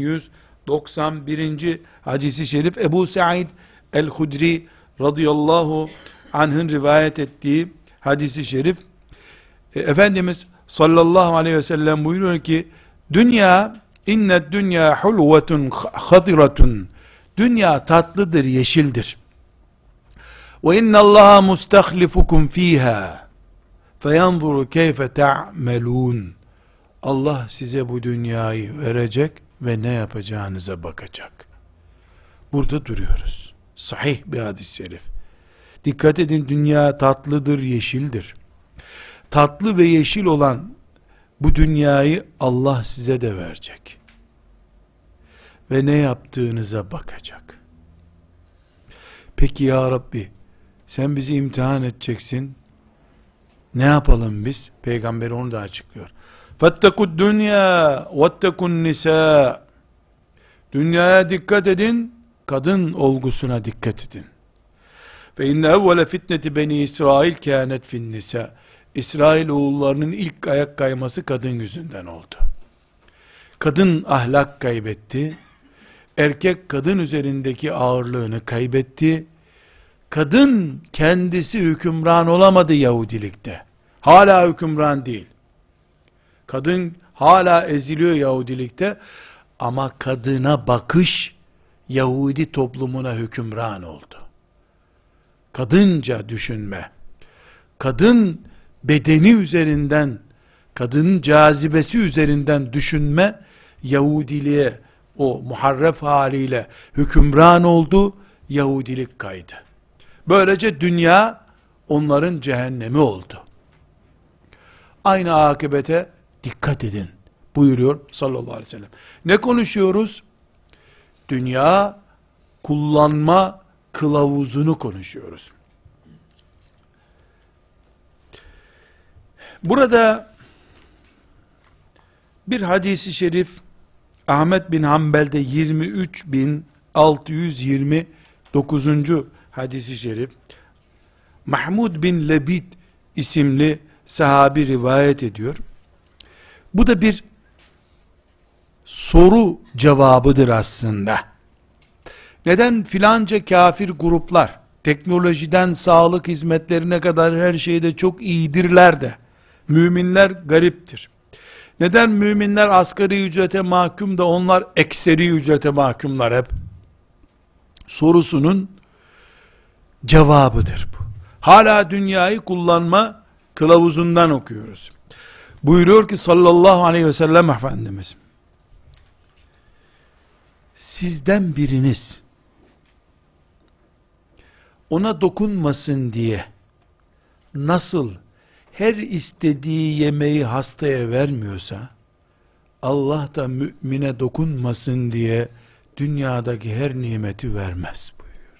Speaker 1: 2191. hadis-i şerif, Ebu Said el-Hudri radıyallahu anh'ın rivayet ettiği hadis-i şerif, Efendimiz sallallahu aleyhi ve sellem buyuruyor ki, dünya, innet dünya hulvetun hadiratun, dünya tatlıdır, yeşildir. Ve innallaha mustahlifukum fiha feyanzuru keyfe ta'melun. Allah size bu dünyayı verecek ve ne yapacağınıza bakacak. Burada duruyoruz. Sahih bir hadis-i şerif. Dikkat edin, dünya tatlıdır, yeşildir. Tatlı ve yeşil olan bu dünyayı Allah size de verecek. Ve ne yaptığınıza bakacak. Peki ya Rabbi, sen bizi imtihan edeceksin. Ne yapalım biz? Peygamber onu da açıklıyor. فَاتَّقُوا الدُّنْيَا وَاتَّقُوا النِّسَاءِ. Dünyaya dikkat edin, kadın olgusuna dikkat edin. فَاِنَّ اَوَّلَ فِتْنَةِ بَنِي İsrail كَانَتْ فِي النِّسَاءِ. İsrail oğullarının ilk ayak kayması kadın yüzünden oldu. Kadın ahlak kaybetti. Erkek kadın üzerindeki ağırlığını kaybetti. Kadın kendisi hükümran olamadı Yahudilikte. Hala hükümran değil. Kadın hala eziliyor Yahudilikte. Ama kadına bakış Yahudi toplumuna hükümran oldu. Kadınca düşünme. Kadın bedeni üzerinden, kadının cazibesi üzerinden düşünme, Yahudiliğe, o muharref haliyle hükümran oldu, Yahudilik kaydı. Böylece dünya onların cehennemi oldu. Aynı akıbete dikkat edin buyuruyor sallallahu aleyhi ve sellem. Ne konuşuyoruz? Dünya kullanma kılavuzunu konuşuyoruz. Burada bir hadisi şerif Ahmet bin Hanbel'de 23.629. hadisi şerif, Mahmud bin Lebid isimli sahabi rivayet ediyor. Bu da bir soru cevabıdır aslında. Neden filanca kafir gruplar teknolojiden sağlık hizmetlerine kadar her şeyde çok iyidirler de müminler gariptir? Neden müminler asgari ücrete mahkum da onlar ekseri ücrete mahkumlar hep? Sorusunun cevabıdır bu. Hala dünyayı kullanma kılavuzundan okuyoruz. Buyuruyor ki sallallahu aleyhi ve sellem Efendimiz, sizden biriniz ona dokunmasın diye nasıl her istediği yemeği hastaya vermiyorsa, Allah da mümine dokunmasın diye dünyadaki her nimeti vermez buyuruyor.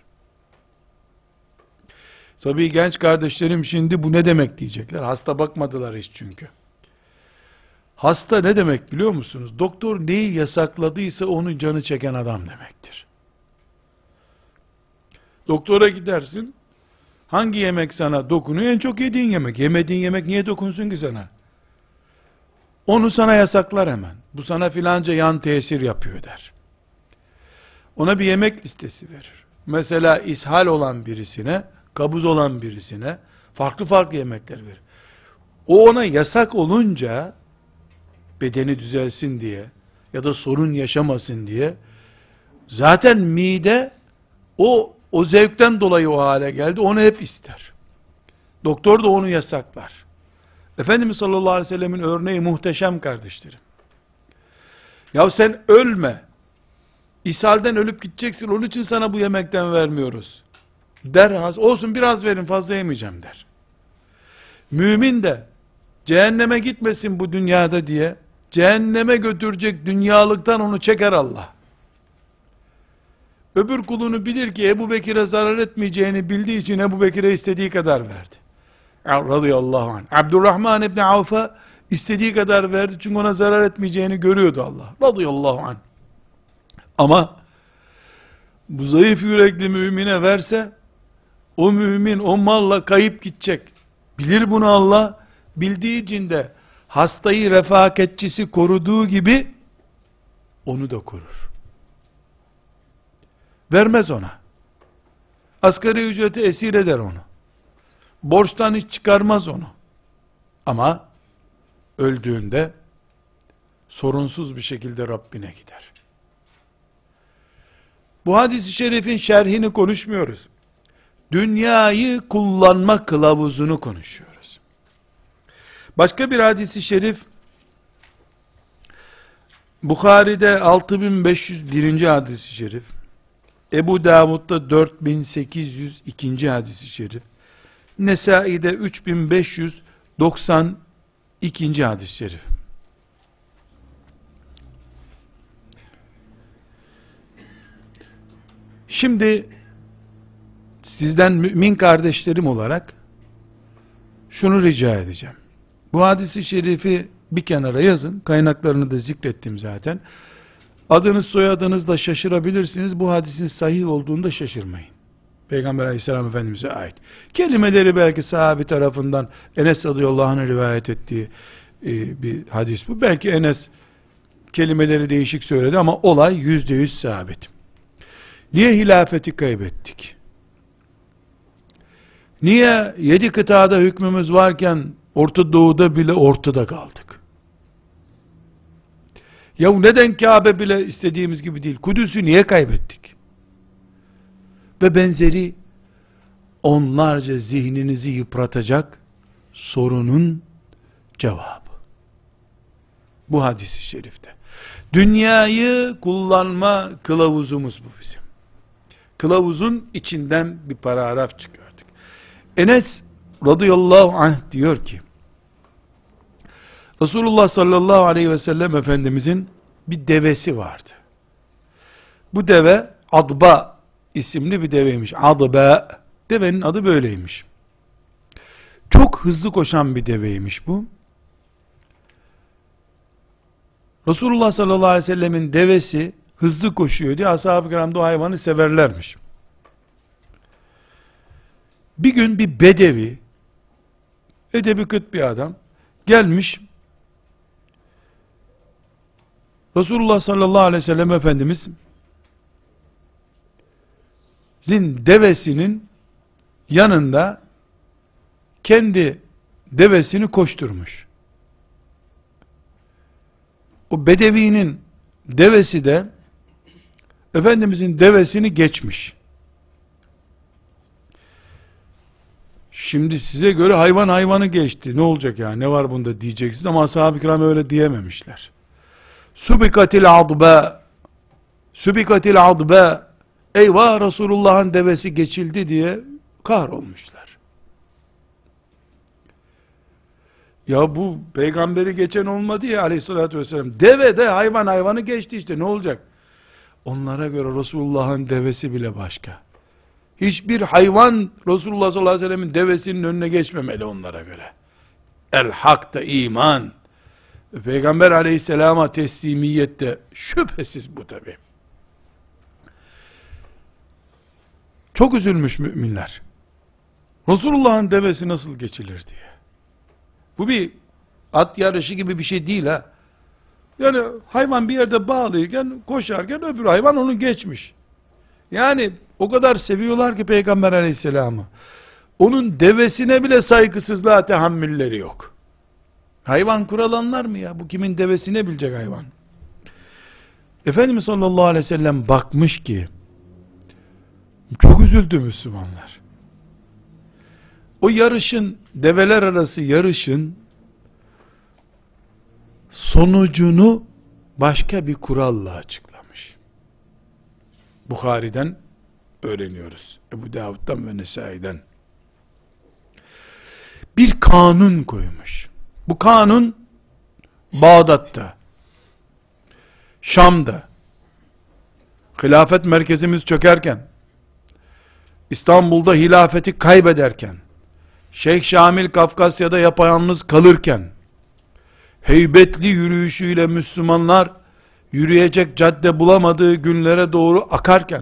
Speaker 1: Tabii genç kardeşlerim şimdi bu ne demek diyecekler. Hasta bakmadılar hiç çünkü. Hasta ne demek biliyor musunuz? Doktor neyi yasakladıysa onun canı çeken adam demektir. Doktora gidersin, hangi yemek sana dokunuyor? En çok yediğin yemek. Yemediğin yemek niye dokunsun ki sana? Onu sana yasaklar hemen. Bu sana filanca yan tesir yapıyor der. Ona bir yemek listesi verir. Mesela ishal olan birisine, kabuz olan birisine farklı farklı yemekler verir. O ona yasak olunca, bedeni düzelsin diye ya da sorun yaşamasın diye, zaten mide o zevkten dolayı o hale geldi, onu hep ister. Doktor da onu yasaklar. Efendimiz sallallahu aleyhi ve sellemin örneği muhteşem kardeşlerim. Ya sen ölme, ishalden ölüp gideceksin, onun için sana bu yemekten vermiyoruz der, olsun biraz verin, fazla yemeyeceğim der. Mümin de cehenneme gitmesin bu dünyada diye, cehenneme götürecek dünyalıktan onu çeker Allah. Öbür kulunu bilir ki Ebu Bekir'e zarar etmeyeceğini bildiği için Ebu Bekir'e istediği kadar verdi. Radıyallahu anh. Abdurrahman İbni Avf'a istediği kadar verdi çünkü ona zarar etmeyeceğini görüyordu Allah. Radıyallahu anh. Ama bu zayıf yürekli mümine verse, o mümin o malla kayıp gidecek. Bilir bunu Allah. Bildiği için de hastayı refakatçisi koruduğu gibi onu da korur. Vermez ona. Asgari ücreti esir eder onu. Borçtan hiç çıkarmaz onu. Ama öldüğünde sorunsuz bir şekilde Rabbine gider. Bu hadis-i şerifin şerhini konuşmuyoruz. Dünyayı kullanma kılavuzunu konuşuyoruz. Başka bir hadis-i şerif, Bukhari'de 6501. hadis-i şerif, Ebu Davud'da 4802. hadis-i şerif, Nesai'de 3592. hadis-i şerif. Şimdi sizden mümin kardeşlerim olarak şunu rica edeceğim. Bu hadis-i şerifi bir kenara yazın. Kaynaklarını da zikrettim zaten. Adınız soyadınızla şaşırabilirsiniz. Bu hadisin sahih olduğunda şaşırmayın. Peygamber aleyhisselam efendimize ait. Kelimeleri belki sahabi tarafından Enes radıyallahu anh'ın rivayet ettiği bir hadis bu. Belki Enes kelimeleri değişik söyledi ama olay %100 sabit. Niye hilafeti kaybettik? Niye 7 kıtada hükmümüz varken Orta Doğu'da bile ortada kaldık? Ya neden Kabe bile istediğimiz gibi değil? Kudüs'ü niye kaybettik? Ve benzeri onlarca zihninizi yıpratacak sorunun cevabı. Bu hadis-i şerifte. Dünyayı kullanma kılavuzumuz bu bizim. Kılavuzun içinden bir paragraf çıkardık. Enes radıyallahu anh diyor ki, Resulullah sallallahu aleyhi ve sellem Efendimizin bir devesi vardı. Bu deve Adba isimli bir deveymiş. Adba, devenin adı böyleymiş. Çok hızlı koşan bir deveymiş bu. Resulullah sallallahu aleyhi ve sellemin devesi hızlı koşuyor diye ashab-ı kiram da o hayvanı severlermiş. Bir gün bir bedevi, edebi kıt bir adam gelmiş, Resulullah sallallahu aleyhi ve sellem Efendimiz devesinin yanında kendi devesini koşturmuş. O bedevinin devesi de Efendimizin devesini geçmiş. Şimdi size göre hayvan hayvanı geçti. Ne olacak ya? Ne var bunda diyeceksiniz ama ashab-ı kiram öyle diyememişler. Subikatil adba, subikatil adba, eyvah Resulullah'ın devesi geçildi diye kahrolmuşlar. Ya bu peygamberi geçen olmadı ya aleyhissalatü vesselam. Deve de hayvan hayvanı geçti işte, ne olacak? Onlara göre Resulullah'ın devesi bile başka. Hiçbir hayvan Resulullah sallallahu aleyhi ve sellemin devesinin önüne geçmemeli onlara göre. El hak da iman, Peygamber aleyhisselama teslimiyette şüphesiz bu tabi. Çok üzülmüş müminler. Resulullah'ın devesi nasıl geçilir diye. Bu bir at yarışı gibi bir şey değil ha. Yani hayvan bir yerde bağlıyken, koşarken öbür hayvan onu geçmiş. Yani o kadar seviyorlar ki Peygamber aleyhisselamı. Onun devesine bile saygısızlığa tahammülleri yok. Hayvan kuralanlar mı ya? Bu kimin devesine bilecek hayvan? Efendimiz sallallahu aleyhi ve sellem bakmış ki, çok üzüldü Müslümanlar. O yarışın, develer arası yarışın sonucunu başka bir kuralla açıklamış. Bukhari'den öğreniyoruz. Ebu Davud'dan ve Nesai'den. Bir kanun koymuş. Bu kanun Bağdat'ta, Şam'da, hilafet merkezimiz çökerken, İstanbul'da hilafeti kaybederken, Şeyh Şamil Kafkasya'da yapayalnız kalırken, heybetli yürüyüşüyle Müslümanlar yürüyecek cadde bulamadığı günlere doğru akarken,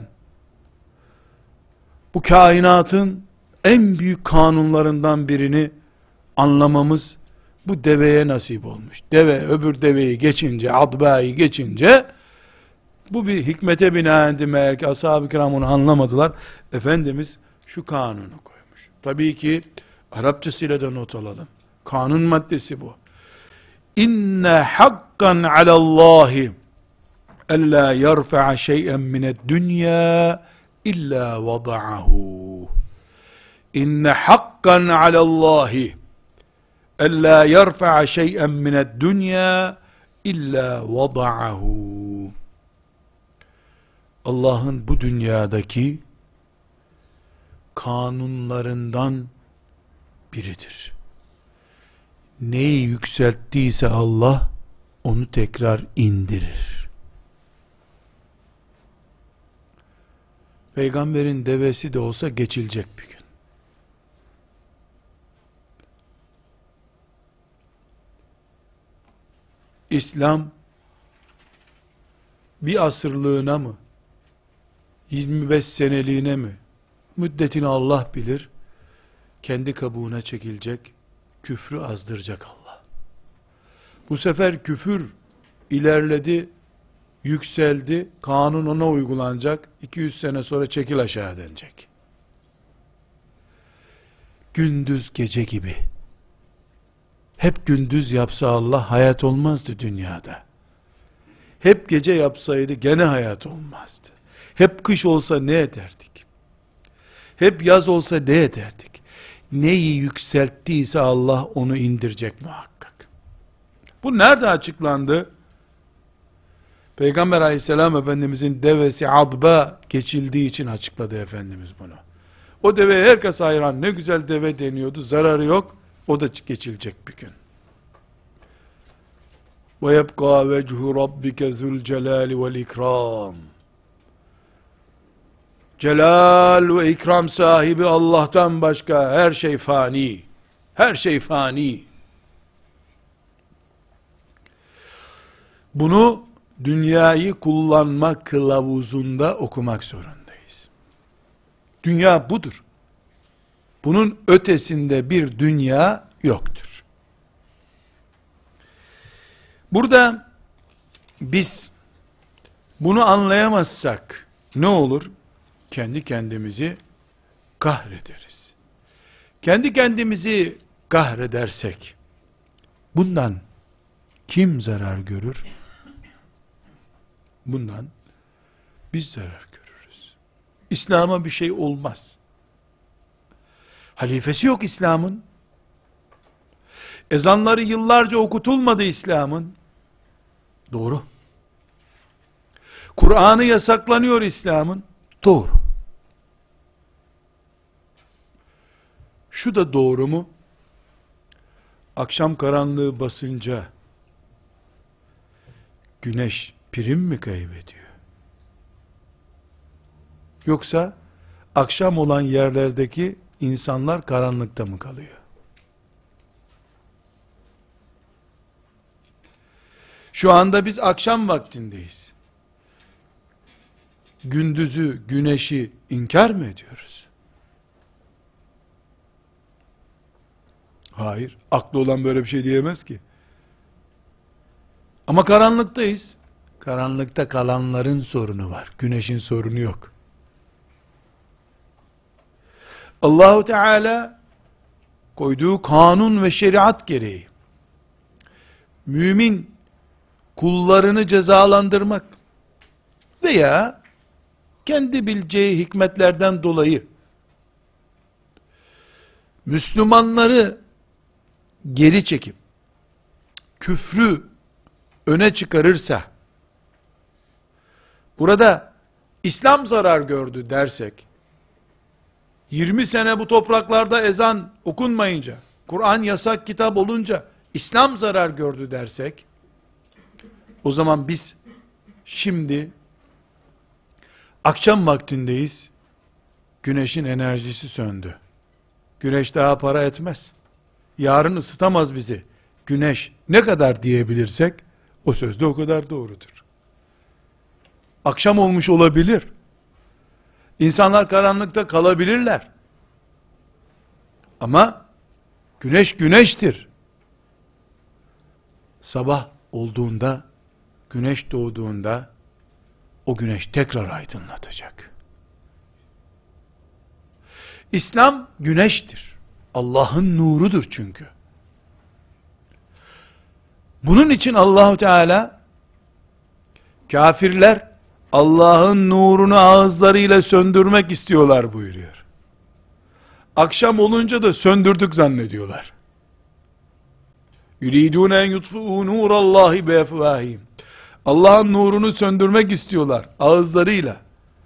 Speaker 1: bu kainatın en büyük kanunlarından birini anlamamız bu deveye nasip olmuş. Deve öbür deveyi geçince, adba'yı geçince, bu bir hikmete binaendi meğer ki ashab-ı kiram onu anlamadılar. Efendimiz şu kanunu koymuş. Tabii ki Arapçasıyla da not alalım. Kanun maddesi bu. İnne hakkan alallahi ella yerfa'a şey'en mined dünya illa vada'ahu. İnne hakkan alallahi ella yerfa'a şey'en mined dünya illa vada'ahu. Allah'ın bu dünyadaki kanunlarından biridir. Neyi yükselttiyse Allah onu tekrar indirir. Peygamberin devesi de olsa geçilecek bir gün. İslam bir asırlığına mı, 25 seneliğine mi, müddetini Allah bilir, kendi kabuğuna çekilecek, küfrü azdıracak Allah. Bu sefer küfür ilerledi, yükseldi, kanun ona uygulanacak, 200 sene sonra çekil aşağı denecek. Gündüz gece gibi. Hep gündüz yapsa Allah, hayat olmazdı dünyada. Hep gece yapsaydı gene hayat olmazdı. Hep kış olsa ne ederdik? Hep yaz olsa ne ederdik? Neyi yükselttiyse Allah onu indirecek muhakkak. Bu nerede açıklandı? Peygamber aleyhisselam Efendimizin devesi Adba geçildiği için açıkladı Efendimiz bunu. O deveye herkes hayran, ne güzel deve deniyordu, zararı yok, o da geçilecek bir gün. وَيَبْقَى وَجْهُ رَبِّكَ ذُو الْجَلَالِ وَالْاِكْرَامِ. Celal ve ikram sahibi Allah'tan başka her şey fani. Her şey fani. Bunu dünyayı kullanma kılavuzunda okumak zorundayız. Dünya budur. Bunun ötesinde bir dünya yoktur. Burada biz bunu anlayamazsak ne olur? Kendi kendimizi kahrederiz. Kendi kendimizi kahredersek bundan kim zarar görür? Bundan biz zarar görürüz. İslam'a bir şey olmaz. Halifesi yok İslam'ın. Ezanları yıllarca okutulmadı İslam'ın. Doğru. Kur'an'ı yasaklanıyor İslam'ın. Doğru. Şu da doğru mu? Akşam karanlığı basınca güneş prim mi kaybediyor? Yoksa akşam olan yerlerdeki insanlar karanlıkta mı kalıyor? Şu anda biz akşam vaktindeyiz. Gündüzü, güneşi inkar mı ediyoruz? Hayır. Aklı olan böyle bir şey diyemez ki. Ama karanlıktayız. Karanlıkta kalanların sorunu var. Güneşin sorunu yok. Allahu Teala koyduğu kanun ve şeriat gereği mümin kullarını cezalandırmak veya kendi bileceği hikmetlerden dolayı Müslümanları geri çekip küfrü öne çıkarırsa, burada İslam zarar gördü dersek, 20 sene bu topraklarda ezan okunmayınca, Kur'an yasak kitap olunca İslam zarar gördü dersek, o zaman biz şimdi akşam vaktindeyiz, güneşin enerjisi söndü. Güneş daha para etmez. Yarın ısıtamaz bizi. Güneş ne kadar diyebilirsek, o söz de o kadar doğrudur. Akşam olmuş olabilir. İnsanlar karanlıkta kalabilirler. Ama güneş güneştir. Sabah olduğunda, güneş doğduğunda, o güneş tekrar aydınlatacak. İslam güneştir. Allah'ın nurudur çünkü. Bunun için Allahu Teala, kafirler Allah'ın nurunu ağızlarıyla söndürmek istiyorlar buyuruyor. Akşam olunca da söndürdük zannediyorlar. Yuridun en yutfu nurallahi biafvahihim. Allah'ın nurunu söndürmek istiyorlar ağızlarıyla.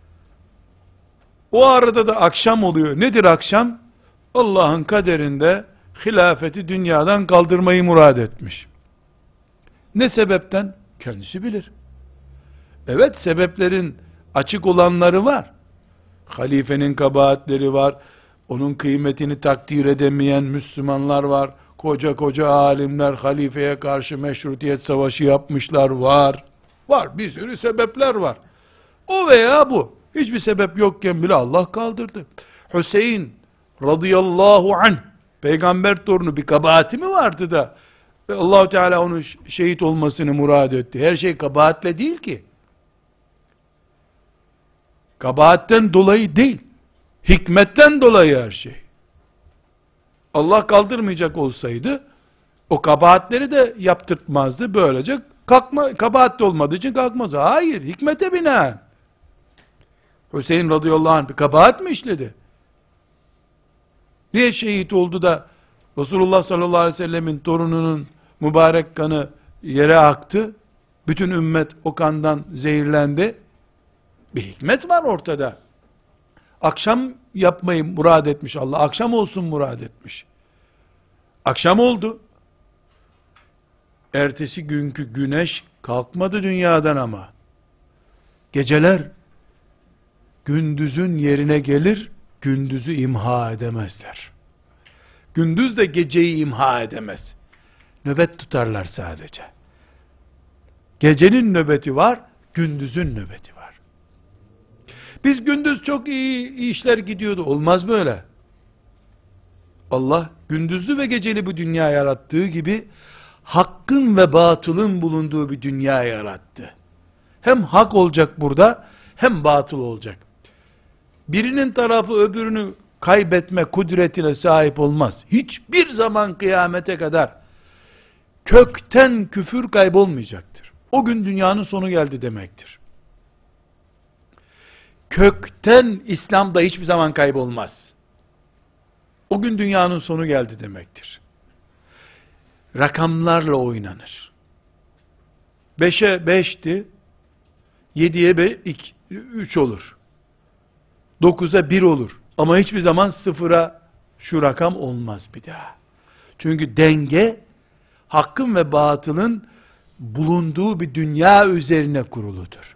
Speaker 1: O arada da akşam oluyor. Nedir akşam? Allah'ın kaderinde hilafeti dünyadan kaldırmayı murad etmiş. Ne sebepten? Kendisi bilir. Evet, sebeplerin açık olanları var. Halifenin kabahatleri var. Onun kıymetini takdir edemeyen Müslümanlar var. Koca koca alimler halifeye karşı meşrutiyet savaşı yapmışlar var. Var, bir sürü sebepler var. O veya bu. Hiçbir sebep yokken bile Allah kaldırdı. Hüseyin radıyallahu anh, peygamber torunu, bir kabahati mi vardı da Allah-u Teala onun şehit olmasını murad etti? Her şey kabahatle değil ki. Kabahatten dolayı değil, hikmetten dolayı her şey. Allah kaldırmayacak olsaydı, o kabahatleri de yaptırtmazdı, böylece kabahatli olmadığı için kalkmaz. Hayır, hikmete binaen. Hüseyin radıyallahu anh bir kabahat mi işledi? Niye şehit oldu da Resulullah sallallahu aleyhi ve sellemin torununun mübarek kanı yere aktı? Bütün ümmet o kandan zehirlendi. Bir hikmet var ortada. Akşam yapmayı murad etmiş Allah. Akşam olsun murad etmiş. Akşam oldu. Ertesi günkü güneş kalkmadı dünyadan ama. Geceler gündüzün yerine gelir, gündüzü imha edemezler. Gündüz de geceyi imha edemez. Nöbet tutarlar sadece. Gecenin nöbeti var, gündüzün nöbeti var. Biz gündüz çok iyi işler gidiyordu. Olmaz böyle. Allah gündüzlü ve geceli bu dünya yarattığı gibi hakkın ve batılın bulunduğu bir dünya yarattı. Hem hak olacak burada, hem batıl olacak. Birinin tarafı öbürünü kaybetme kudretine sahip olmaz. Hiçbir zaman kıyamete kadar kökten küfür kaybolmayacaktır. O gün dünyanın sonu geldi demektir. Kökten İslam da hiçbir zaman kaybolmaz. O gün dünyanın sonu geldi demektir. Rakamlarla oynanır. 5'e 5'ti, 7'ye 3 olur. 9'a 1 olur. Ama hiçbir zaman 0'a şu rakam olmaz bir daha. Çünkü denge, hakkın ve batılın bulunduğu bir dünya üzerine kuruludur.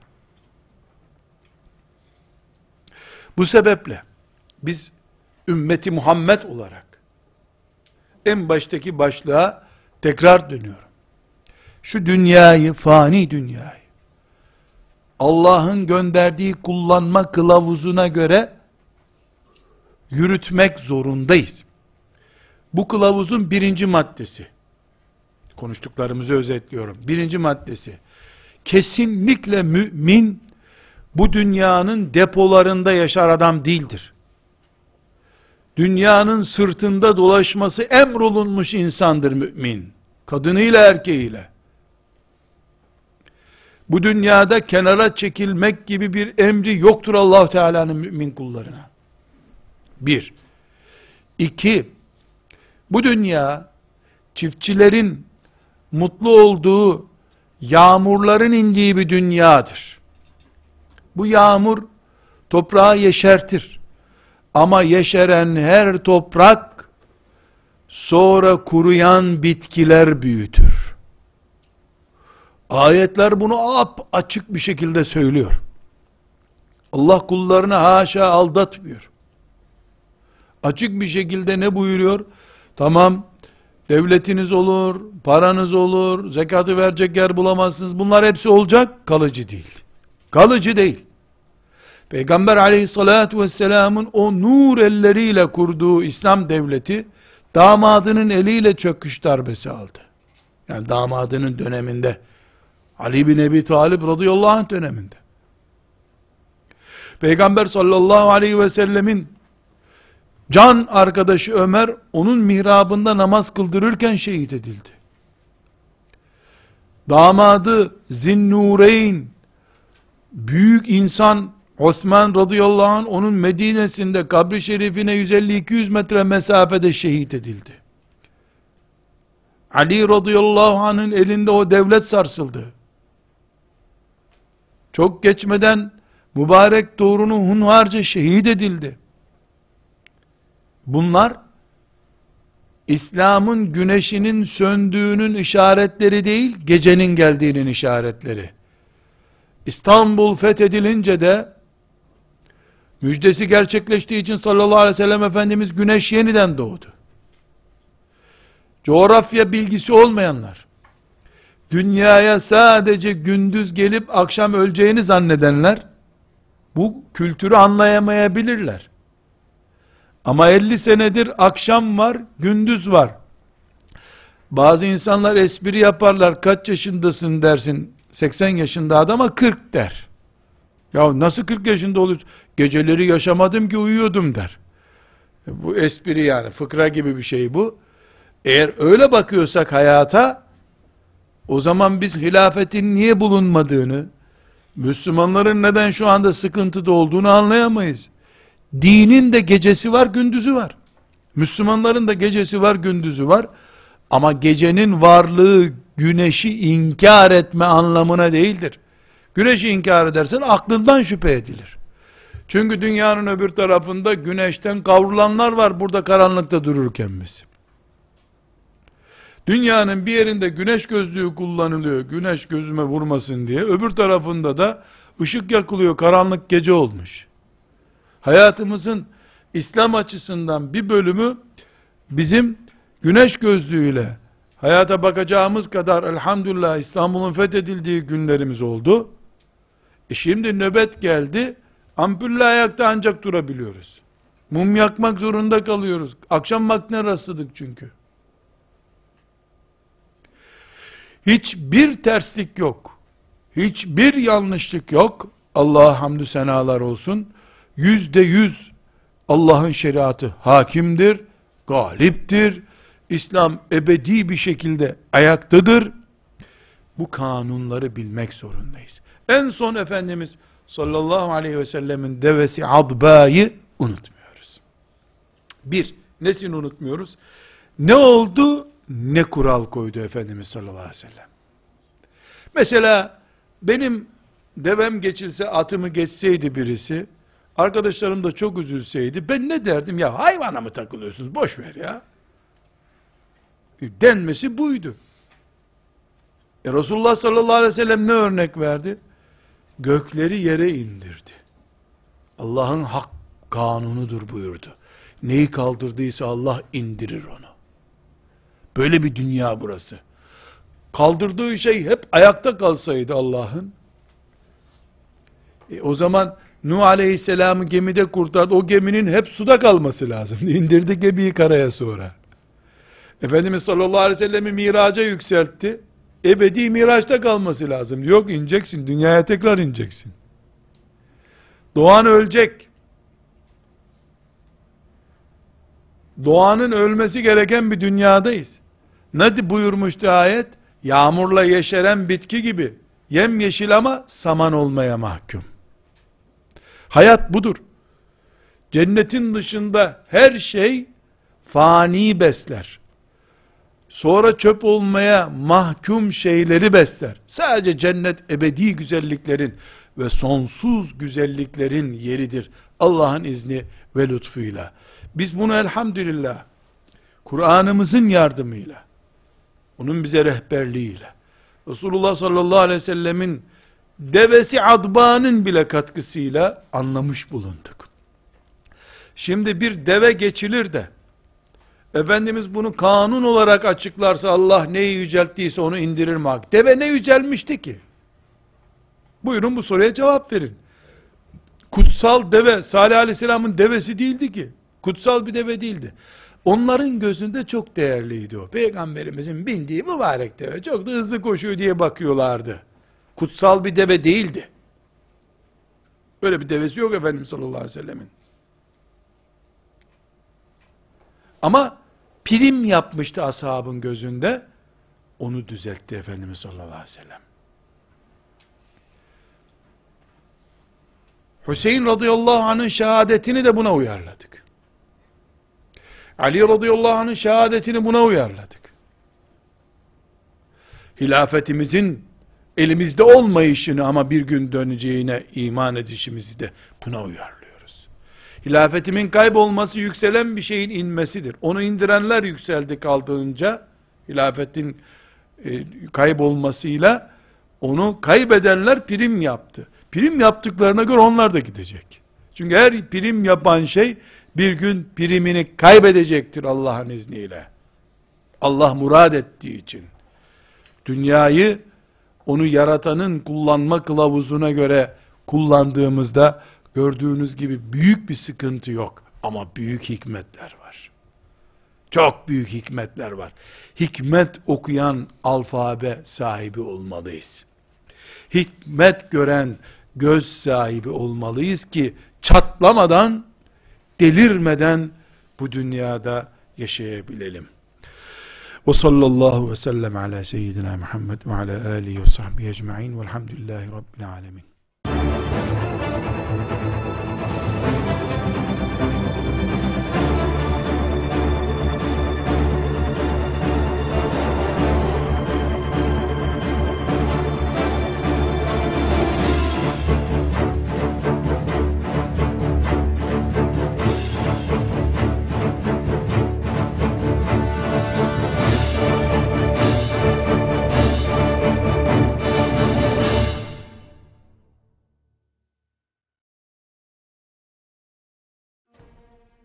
Speaker 1: Bu sebeple biz ümmeti Muhammed olarak en baştaki başlığa tekrar dönüyorum. şu dünyayı, fani dünyayı, Allah'ın gönderdiği kullanma kılavuzuna göre yürütmek zorundayız. Bu kılavuzun birinci maddesi, konuştuklarımızı özetliyorum. Birinci maddesi, kesinlikle mümin, bu dünyanın depolarında yaşar adam değildir. Dünyanın sırtında dolaşması emrolunmuş insandır mümin. Kadınıyla erkeğiyle. Bu dünyada kenara çekilmek gibi bir emri yoktur Allah Teala'nın mümin kullarına. Bir. İki, bu dünya çiftçilerin mutlu olduğu, yağmurların indiği bir dünyadır. Bu yağmur toprağı yeşertir. Ama yeşeren her toprak sonra kuruyan bitkiler büyütür. Ayetler bunu açık bir şekilde söylüyor. Allah kullarını haşa aldatmıyor. Açık bir şekilde ne buyuruyor? Tamam, devletiniz olur, paranız olur, zekatı verecek yer bulamazsınız. Bunlar hepsi olacak, kalıcı değil. Kalıcı değil. Peygamber aleyhissalatu vesselamın o nur elleriyle kurduğu İslam devleti, damadının eliyle çöküş darbesi aldı. Yani damadının döneminde, Ali bin Ebi Talib radıyallahu anh döneminde. Peygamber sallallahu aleyhi ve sellemin can arkadaşı Ömer, onun mihrabında namaz kıldırırken şehit edildi. Damadı Zinnureyn, büyük insan Osman radıyallahu anh, onun Medine'sinde kabri şerifine 150-200 metre mesafede şehit edildi. Ali radıyallahu anh'ın elinde o devlet sarsıldı. Çok geçmeden mübarek torunu hunharca şehit edildi. Bunlar İslam'ın güneşinin söndüğünün işaretleri değil, gecenin geldiğinin işaretleri. İstanbul fethedilince de müjdesi gerçekleştiği için sallallahu aleyhi ve sellem Efendimiz güneş yeniden doğdu. Coğrafya bilgisi olmayanlar, dünyaya sadece gündüz gelip akşam öleceğini zannedenler, bu kültürü anlayamayabilirler. Ama 50 senedir akşam var, gündüz var. Bazı insanlar espri yaparlar, kaç yaşındasın dersin, 80 yaşında adama 40 der. Ya nasıl 40 yaşında oluyorsun? Geceleri yaşamadım ki uyuyordum der. Bu espri yani, fıkra gibi bir şey bu. Eğer öyle bakıyorsak hayata, o zaman biz hilafetin niye bulunmadığını, Müslümanların neden şu anda sıkıntıda olduğunu anlayamayız. Dinin de gecesi var, gündüzü var. Müslümanların da gecesi var, gündüzü var. Ama gecenin varlığı güneşi inkar etme anlamına değildir. Güneşi inkar edersen aklından şüphe edilir. Çünkü dünyanın öbür tarafında güneşten kavrulanlar var burada karanlıkta dururken biz. Dünyanın bir yerinde güneş gözlüğü kullanılıyor, güneş gözüme vurmasın diye. Öbür tarafında da ışık yakılıyor, karanlık gece olmuş. Hayatımızın İslam açısından bir bölümü bizim güneş gözlüğüyle hayata bakacağımız kadar elhamdülillah İstanbul'un fethedildiği günlerimiz oldu. Şimdi nöbet geldi, ampulle ayakta ancak durabiliyoruz. Mum yakmak zorunda kalıyoruz. Akşam vaktine rastladık çünkü. Hiçbir terslik yok. Hiçbir yanlışlık yok. Allah'a hamdü senalar olsun. %100 Allah'ın şeriatı hakimdir, galiptir. İslam ebedi bir şekilde ayaktadır. Bu kanunları bilmek zorundayız. En son Efendimiz sallallahu aleyhi ve sellemin devesi Adba'yı unutmuyoruz. Bir, nesini unutmuyoruz? Ne oldu, ne kural koydu Efendimiz sallallahu aleyhi ve sellem? Mesela benim devem geçilse, atımı geçseydi birisi, arkadaşlarım da çok üzülseydi, ben ne derdim? Ya hayvana mı takılıyorsunuz? Boş ver ya. Denmesi buydu. Resulullah sallallahu aleyhi ve sellem ne örnek verdi? Gökleri yere indirdi. Allah'ın hak kanunudur buyurdu. Neyi kaldırdıysa Allah indirir onu. Böyle bir dünya burası. kaldırdığı şey hep ayakta kalsaydı Allah'ın, o zaman Nuh Aleyhisselam'ı gemide kurtardı. O geminin hep suda kalması lazım. İndirdi gemiyi karaya sonra. Efendimiz sallallahu aleyhi ve sellem'i miraca yükseltti. Ebedi miraçta kalması lazım. Yok, ineceksin. Dünyaya tekrar ineceksin. Doğan ölecek. Doğanın ölmesi gereken bir dünyadayız. Ne buyurmuştu ayet? Yağmurla yeşeren bitki gibi. Yemyeşil ama saman olmaya mahkum. Hayat budur. Cennetin dışında her şey fani besler. Sonra çöp olmaya mahkum şeyleri besler. Sadece cennet ebedi güzelliklerin ve sonsuz güzelliklerin yeridir. Allah'ın izni ve lütfuyla. Biz bunu elhamdülillah Kur'an'ımızın yardımıyla, onun bize rehberliğiyle, Resulullah sallallahu aleyhi ve sellemin devesi Adba'nın bile katkısıyla anlamış bulunduk. Şimdi bir deve geçilir de Efendimiz bunu kanun olarak açıklarsa, Allah neyi yücelttiyse onu indirir mi? Deve ne yücelmişti ki? Buyurun bu soruya cevap verin. Kutsal deve Salih Aleyhisselam'ın devesi değildi ki. Kutsal bir deve değildi. Onların gözünde çok değerliydi o. Peygamberimizin bindiği mübarek deve. Çok da hızlı koşuyor diye bakıyorlardı. Kutsal bir deve değildi. Böyle bir devesi yok Efendimiz sallallahu aleyhi ve sellemin. Ama prim yapmıştı ashabın gözünde. Onu düzeltti Efendimiz sallallahu aleyhi ve sellem. Hüseyin radıyallahu anh'ın şehadetini de buna uyarladık. Ali radıyallahu anh'ın şehadetini buna uyarladık. Hilafetimizin elimizde olmayışını ama bir gün döneceğine iman edişimizi de buna uyarlıyoruz. Hilafetimin kaybolması yükselen bir şeyin inmesidir. Onu indirenler yükseldi kaldırınca, hilafetin kaybolmasıyla onu kaybedenler prim yaptı. Prim yaptıklarına göre onlar da gidecek. Çünkü her prim yapan şey bir gün primini kaybedecektir Allah'ın izniyle. Allah murad ettiği için. Dünyayı onu yaratanın kullanma kılavuzuna göre kullandığımızda gördüğünüz gibi büyük bir sıkıntı yok. Ama büyük hikmetler var. Çok büyük hikmetler var. Hikmet okuyan alfabe sahibi olmalıyız. Hikmet gören göz sahibi olmalıyız ki çatlamadan, delirmeden bu dünyada yaşayabilelim. Ve sallallahu ve sellem ala seyyidina Muhammed ve ala alihi ve sahbihi ecma'in velhamdülillahi rabbil alemin.